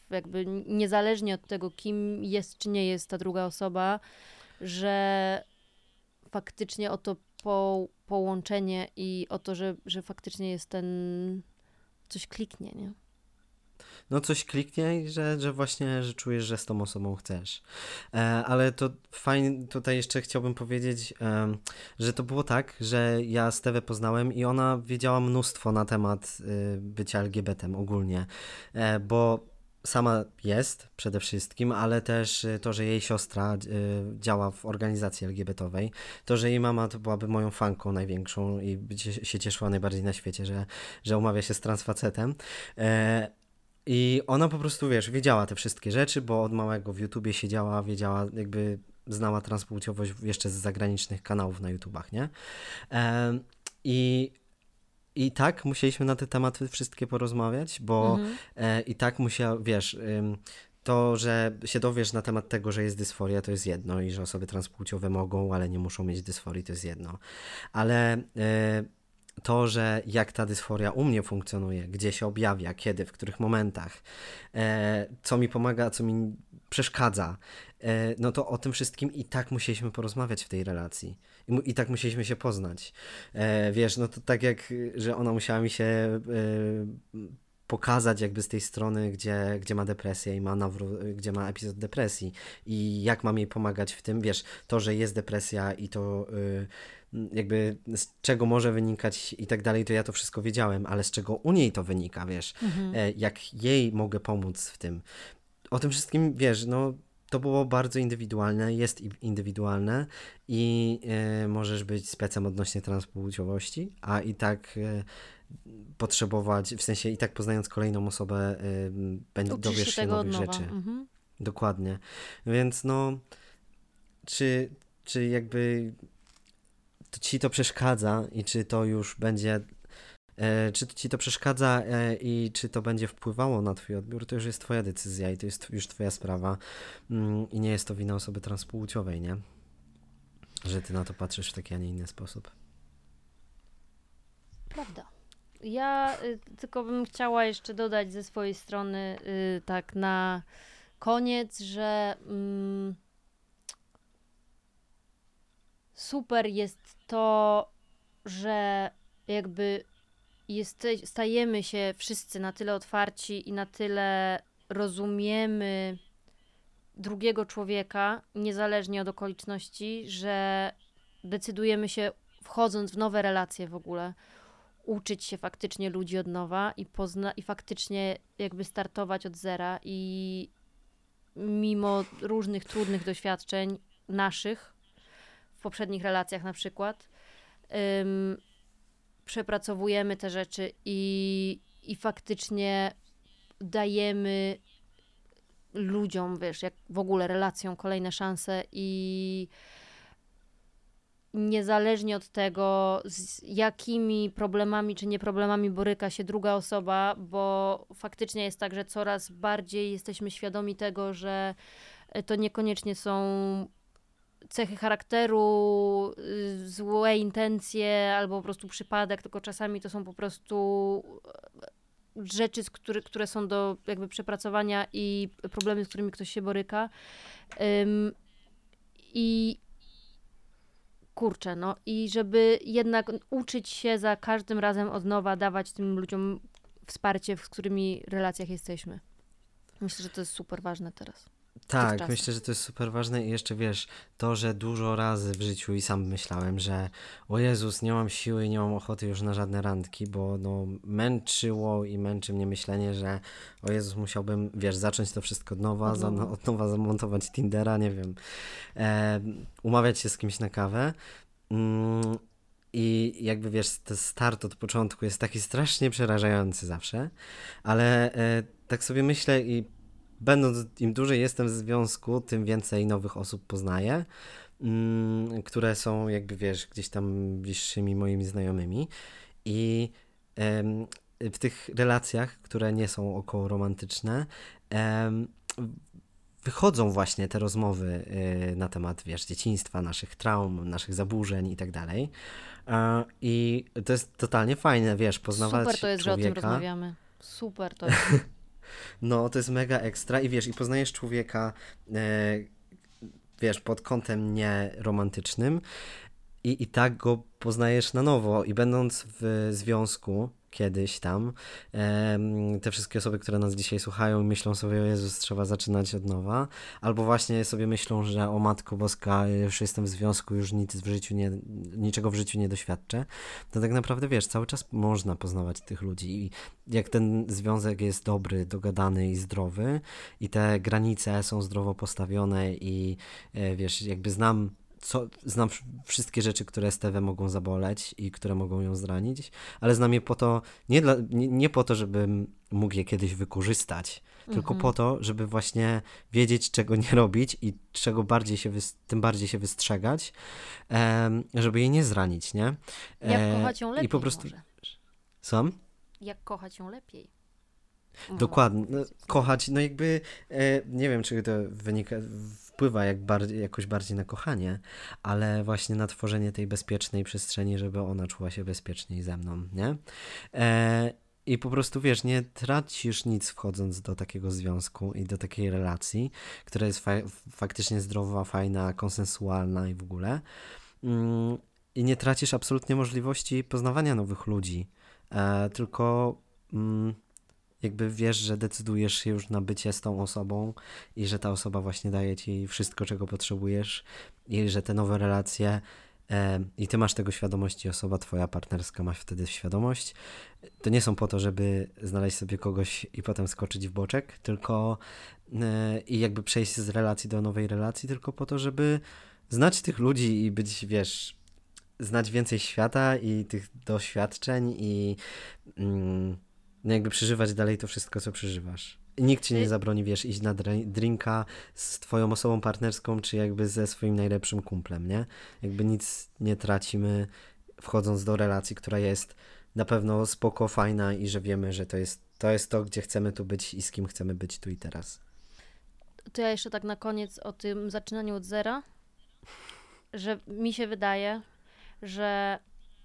Speaker 1: jakby niezależnie od tego, kim jest czy nie jest ta druga osoba, że faktycznie o to po, połączenie i o to, że, że faktycznie jest ten, coś kliknie, nie?
Speaker 2: No coś kliknie i że, że właśnie, że czujesz, że z tą osobą chcesz. E, ale to fajnie, tutaj jeszcze chciałbym powiedzieć, em, że to było tak, że ja Stewę poznałem i ona wiedziała mnóstwo na temat y, bycia L G B T ogólnie, e, bo sama jest przede wszystkim, ale też y, to, że jej siostra y, działa w organizacji L G B T owej, to, że jej mama to byłaby moją fanką największą i by się się cieszyła najbardziej na świecie, że, że umawia się z transfacetem. E, I ona po prostu, wiesz, wiedziała te wszystkie rzeczy, bo od małego w YouTubie siedziała, wiedziała, jakby znała transpłciowość jeszcze z zagranicznych kanałów na YouTubach, nie? Em, I i tak musieliśmy na te tematy wszystkie porozmawiać, bo
Speaker 1: Mhm.
Speaker 2: e, i tak musiał, wiesz, ym, to, że się dowiesz na temat tego, że jest dysforia, to jest jedno i że osoby transpłciowe mogą, ale nie muszą mieć dysforii, to jest jedno. Ale e, to, że jak ta dysforia u mnie funkcjonuje, gdzie się objawia, kiedy, w których momentach, e, co mi pomaga, co mi przeszkadza, e, no to o tym wszystkim i tak musieliśmy porozmawiać w tej relacji. I, mu- i tak musieliśmy się poznać. E, wiesz, no to tak jak, że ona musiała mi się e, pokazać jakby z tej strony, gdzie, gdzie ma depresję i ma nawró- gdzie ma epizod depresji i jak mam jej pomagać w tym, wiesz, to, że jest depresja i to y, jakby z czego może wynikać i tak dalej, to ja to wszystko wiedziałem, ale z czego u niej to wynika, wiesz,
Speaker 1: Mhm.
Speaker 2: e, jak jej mogę pomóc w tym. O tym wszystkim, wiesz, no to było bardzo indywidualne, jest i- indywidualne i e, możesz być specem odnośnie transpłciowości, a i tak e, potrzebować, w sensie i tak poznając kolejną osobę, e, będzie,
Speaker 1: Uczysz się
Speaker 2: dowiesz się
Speaker 1: tego od
Speaker 2: nowych
Speaker 1: nowa.
Speaker 2: rzeczy.
Speaker 1: Mhm.
Speaker 2: Dokładnie. Więc no, czy, czy jakby to ci to przeszkadza i czy to już będzie, e, czy ci to przeszkadza e, i czy to będzie wpływało na twój odbiór, to już jest twoja decyzja i to jest już twoja sprawa. Mm, i nie jest to wina osoby transpłciowej, nie? Że ty na to patrzysz w taki, a nie inny sposób.
Speaker 1: Prawda. Ja y, tylko bym chciała jeszcze dodać ze swojej strony, y, tak na koniec, że mm, super jest to, że jakby jeste, stajemy się wszyscy na tyle otwarci i na tyle rozumiemy drugiego człowieka, niezależnie od okoliczności, że decydujemy się, wchodząc w nowe relacje w ogóle, uczyć się faktycznie ludzi od nowa i, pozna- i faktycznie jakby startować od zera i mimo różnych trudnych doświadczeń naszych w poprzednich relacjach na przykład, ym, przepracowujemy te rzeczy i, i faktycznie dajemy ludziom, wiesz, jak w ogóle relacjom kolejne szanse i niezależnie od tego, z jakimi problemami czy nieproblemami boryka się druga osoba, bo faktycznie jest tak, że coraz bardziej jesteśmy świadomi tego, że to niekoniecznie są cechy charakteru, y, złe intencje albo po prostu przypadek, tylko czasami to są po prostu rzeczy, z który, które są do jakby przepracowania i problemy, z którymi ktoś się boryka. Ym, I kurczę, no i żeby jednak uczyć się za każdym razem od nowa, dawać tym ludziom wsparcie, w którymi relacjach jesteśmy. Myślę, że to jest super ważne teraz. W tych
Speaker 2: Tak,
Speaker 1: czasach.
Speaker 2: myślę, że to jest super ważne i jeszcze wiesz, to, że dużo razy w życiu i sam myślałem, że o Jezus, nie mam siły i nie mam ochoty już na żadne randki, bo no męczyło i męczy mnie myślenie, że o Jezus, musiałbym, wiesz, zacząć to wszystko od nowa,
Speaker 1: Od
Speaker 2: za,
Speaker 1: nowa.
Speaker 2: od nowa zamontować Tindera, nie wiem, e, umawiać się z kimś na kawę. Mm, I jakby wiesz, ten start od początku jest taki strasznie przerażający zawsze, ale e, tak sobie myślę i będąc, im dłużej jestem w związku, tym więcej nowych osób poznaję, mm, które są jakby, wiesz, gdzieś tam bliższymi moimi znajomymi i em, w tych relacjach, które nie są około romantyczne, em, wychodzą właśnie te rozmowy y, na temat, wiesz, dzieciństwa, naszych traum, naszych zaburzeń i tak dalej. E, I to jest totalnie fajne, wiesz,
Speaker 1: Super
Speaker 2: poznawać
Speaker 1: to jest, że o tym
Speaker 2: człowieka.
Speaker 1: rozmawiamy. Super to jest.
Speaker 2: No, to jest mega ekstra i wiesz, i poznajesz człowieka, e, wiesz, pod kątem nieromantycznym i, i tak go poznajesz na nowo i będąc w związku kiedyś tam, em, te wszystkie osoby, które nas dzisiaj słuchają i myślą sobie, o Jezus, trzeba zaczynać od nowa, albo właśnie sobie myślą, że o Matko Boska, już jestem w związku, już nic w życiu nie, niczego w życiu nie doświadczę, to tak naprawdę, wiesz, cały czas można poznawać tych ludzi i jak ten związek jest dobry, dogadany i zdrowy i te granice są zdrowo postawione i e, wiesz, jakby znam co, znam wszystkie rzeczy, które Stewę mogą zaboleć i które mogą ją zranić, ale znam je po to, nie, dla, nie, nie po to, żebym mógł je kiedyś wykorzystać, mhm. tylko po to, żeby właśnie wiedzieć, czego nie robić i czego bardziej się, wys- tym bardziej się wystrzegać, em, żeby jej nie zranić, nie?
Speaker 1: E, Jak kochać ją lepiej
Speaker 2: i po prostu...
Speaker 1: może.
Speaker 2: Sam?
Speaker 1: Jak kochać ją lepiej.
Speaker 2: Dokładnie. No, kochać, no jakby, e, nie wiem, czy to wynika, wpływa jak bardziej, jakoś bardziej na kochanie, ale właśnie na tworzenie tej bezpiecznej przestrzeni, żeby ona czuła się bezpieczniej ze mną, nie? E, I po prostu, wiesz, nie tracisz nic wchodząc do takiego związku i do takiej relacji, która jest fa- faktycznie zdrowa, fajna, konsensualna i w ogóle. Mm, I nie tracisz absolutnie możliwości poznawania nowych ludzi, e, tylko... Mm, jakby wiesz, że decydujesz się już na bycie z tą osobą i że ta osoba właśnie daje ci wszystko, czego potrzebujesz i że te nowe relacje e, i ty masz tego świadomość i osoba twoja partnerska ma wtedy świadomość, to nie są po to, żeby znaleźć sobie kogoś i potem skoczyć w boczek, tylko e, i jakby przejść z relacji do nowej relacji, tylko po to, żeby znać tych ludzi i być, wiesz, znać więcej świata i tych doświadczeń i mm, no jakby przeżywać dalej to wszystko, co przeżywasz. I nikt ci nie zabroni, wiesz, iść na drinka z twoją osobą partnerską, czy jakby ze swoim najlepszym kumplem, nie? Jakby nic nie tracimy wchodząc do relacji, która jest na pewno spoko, fajna i że wiemy, że to jest to, jest to gdzie chcemy tu być i z kim chcemy być tu i teraz.
Speaker 1: To ja jeszcze tak na koniec o tym zaczynaniu od zera, że mi się wydaje, że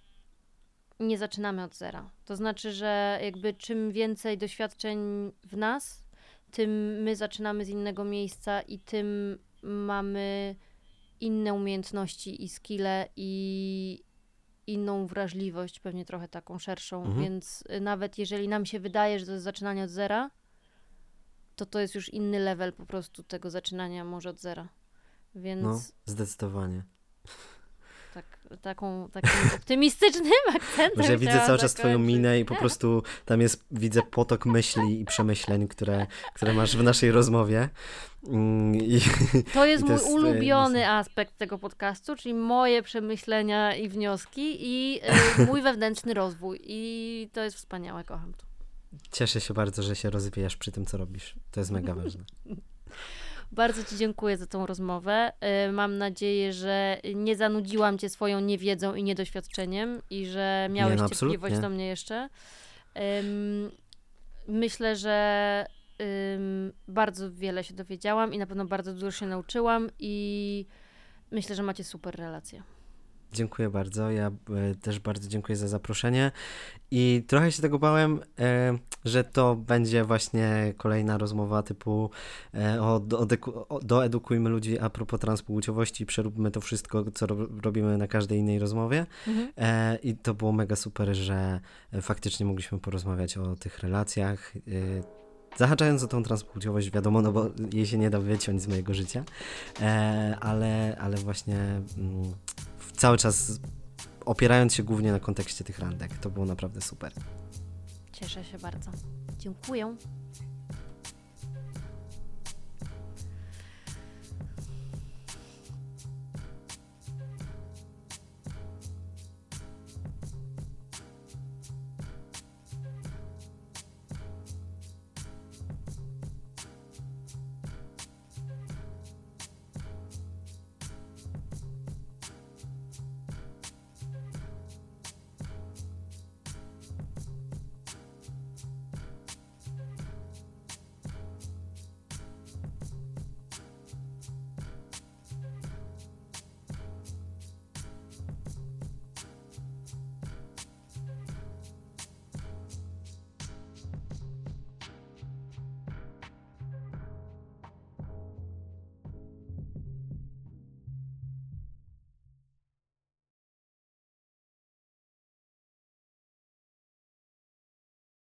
Speaker 1: nie zaczynamy od zera. To znaczy, że jakby czym więcej doświadczeń w nas, tym my zaczynamy z innego miejsca i tym mamy inne umiejętności i skille i inną wrażliwość, pewnie trochę taką szerszą, mhm. więc nawet jeżeli nam się wydaje, że to jest zaczynanie od zera, to to jest już inny level po prostu tego zaczynania może od zera. Więc...
Speaker 2: No, zdecydowanie.
Speaker 1: Tak, taką, takim optymistycznym akcentem.
Speaker 2: Że ja widzę cały czas twoją minę i po prostu tam jest, widzę potok myśli i przemyśleń, które, które masz w naszej rozmowie. I,
Speaker 1: to jest
Speaker 2: i
Speaker 1: mój
Speaker 2: to jest,
Speaker 1: ulubiony
Speaker 2: jest...
Speaker 1: aspekt tego podcastu, czyli moje przemyślenia i wnioski i y, mój wewnętrzny rozwój. I to jest wspaniałe, kocham to.
Speaker 2: Cieszę się bardzo, że się rozwijasz przy tym, co robisz. To jest mega ważne.
Speaker 1: Bardzo ci dziękuję za tą rozmowę. Mam nadzieję, że nie zanudziłam cię swoją niewiedzą i niedoświadczeniem i że miałeś nie, no, cierpliwość do mnie jeszcze. Myślę, że bardzo wiele się dowiedziałam i na pewno bardzo dużo się nauczyłam i myślę, że macie super relacje.
Speaker 2: Dziękuję bardzo. Ja e, też bardzo dziękuję za zaproszenie i trochę się tego bałem, e, że to będzie właśnie kolejna rozmowa typu e, o, do, o, doedukujmy ludzi a propos transpłciowości, przeróbmy to wszystko, co ro, robimy na każdej innej rozmowie. Mhm. E, I to było mega super, że faktycznie mogliśmy porozmawiać o tych relacjach. E, Zahaczając o tą transpłciowość, wiadomo, no bo jej się nie da wyciąć z mojego życia, e, ale, ale właśnie mm, cały czas opierając się głównie na kontekście tych randek. To było naprawdę super.
Speaker 1: Cieszę się bardzo. Dziękuję.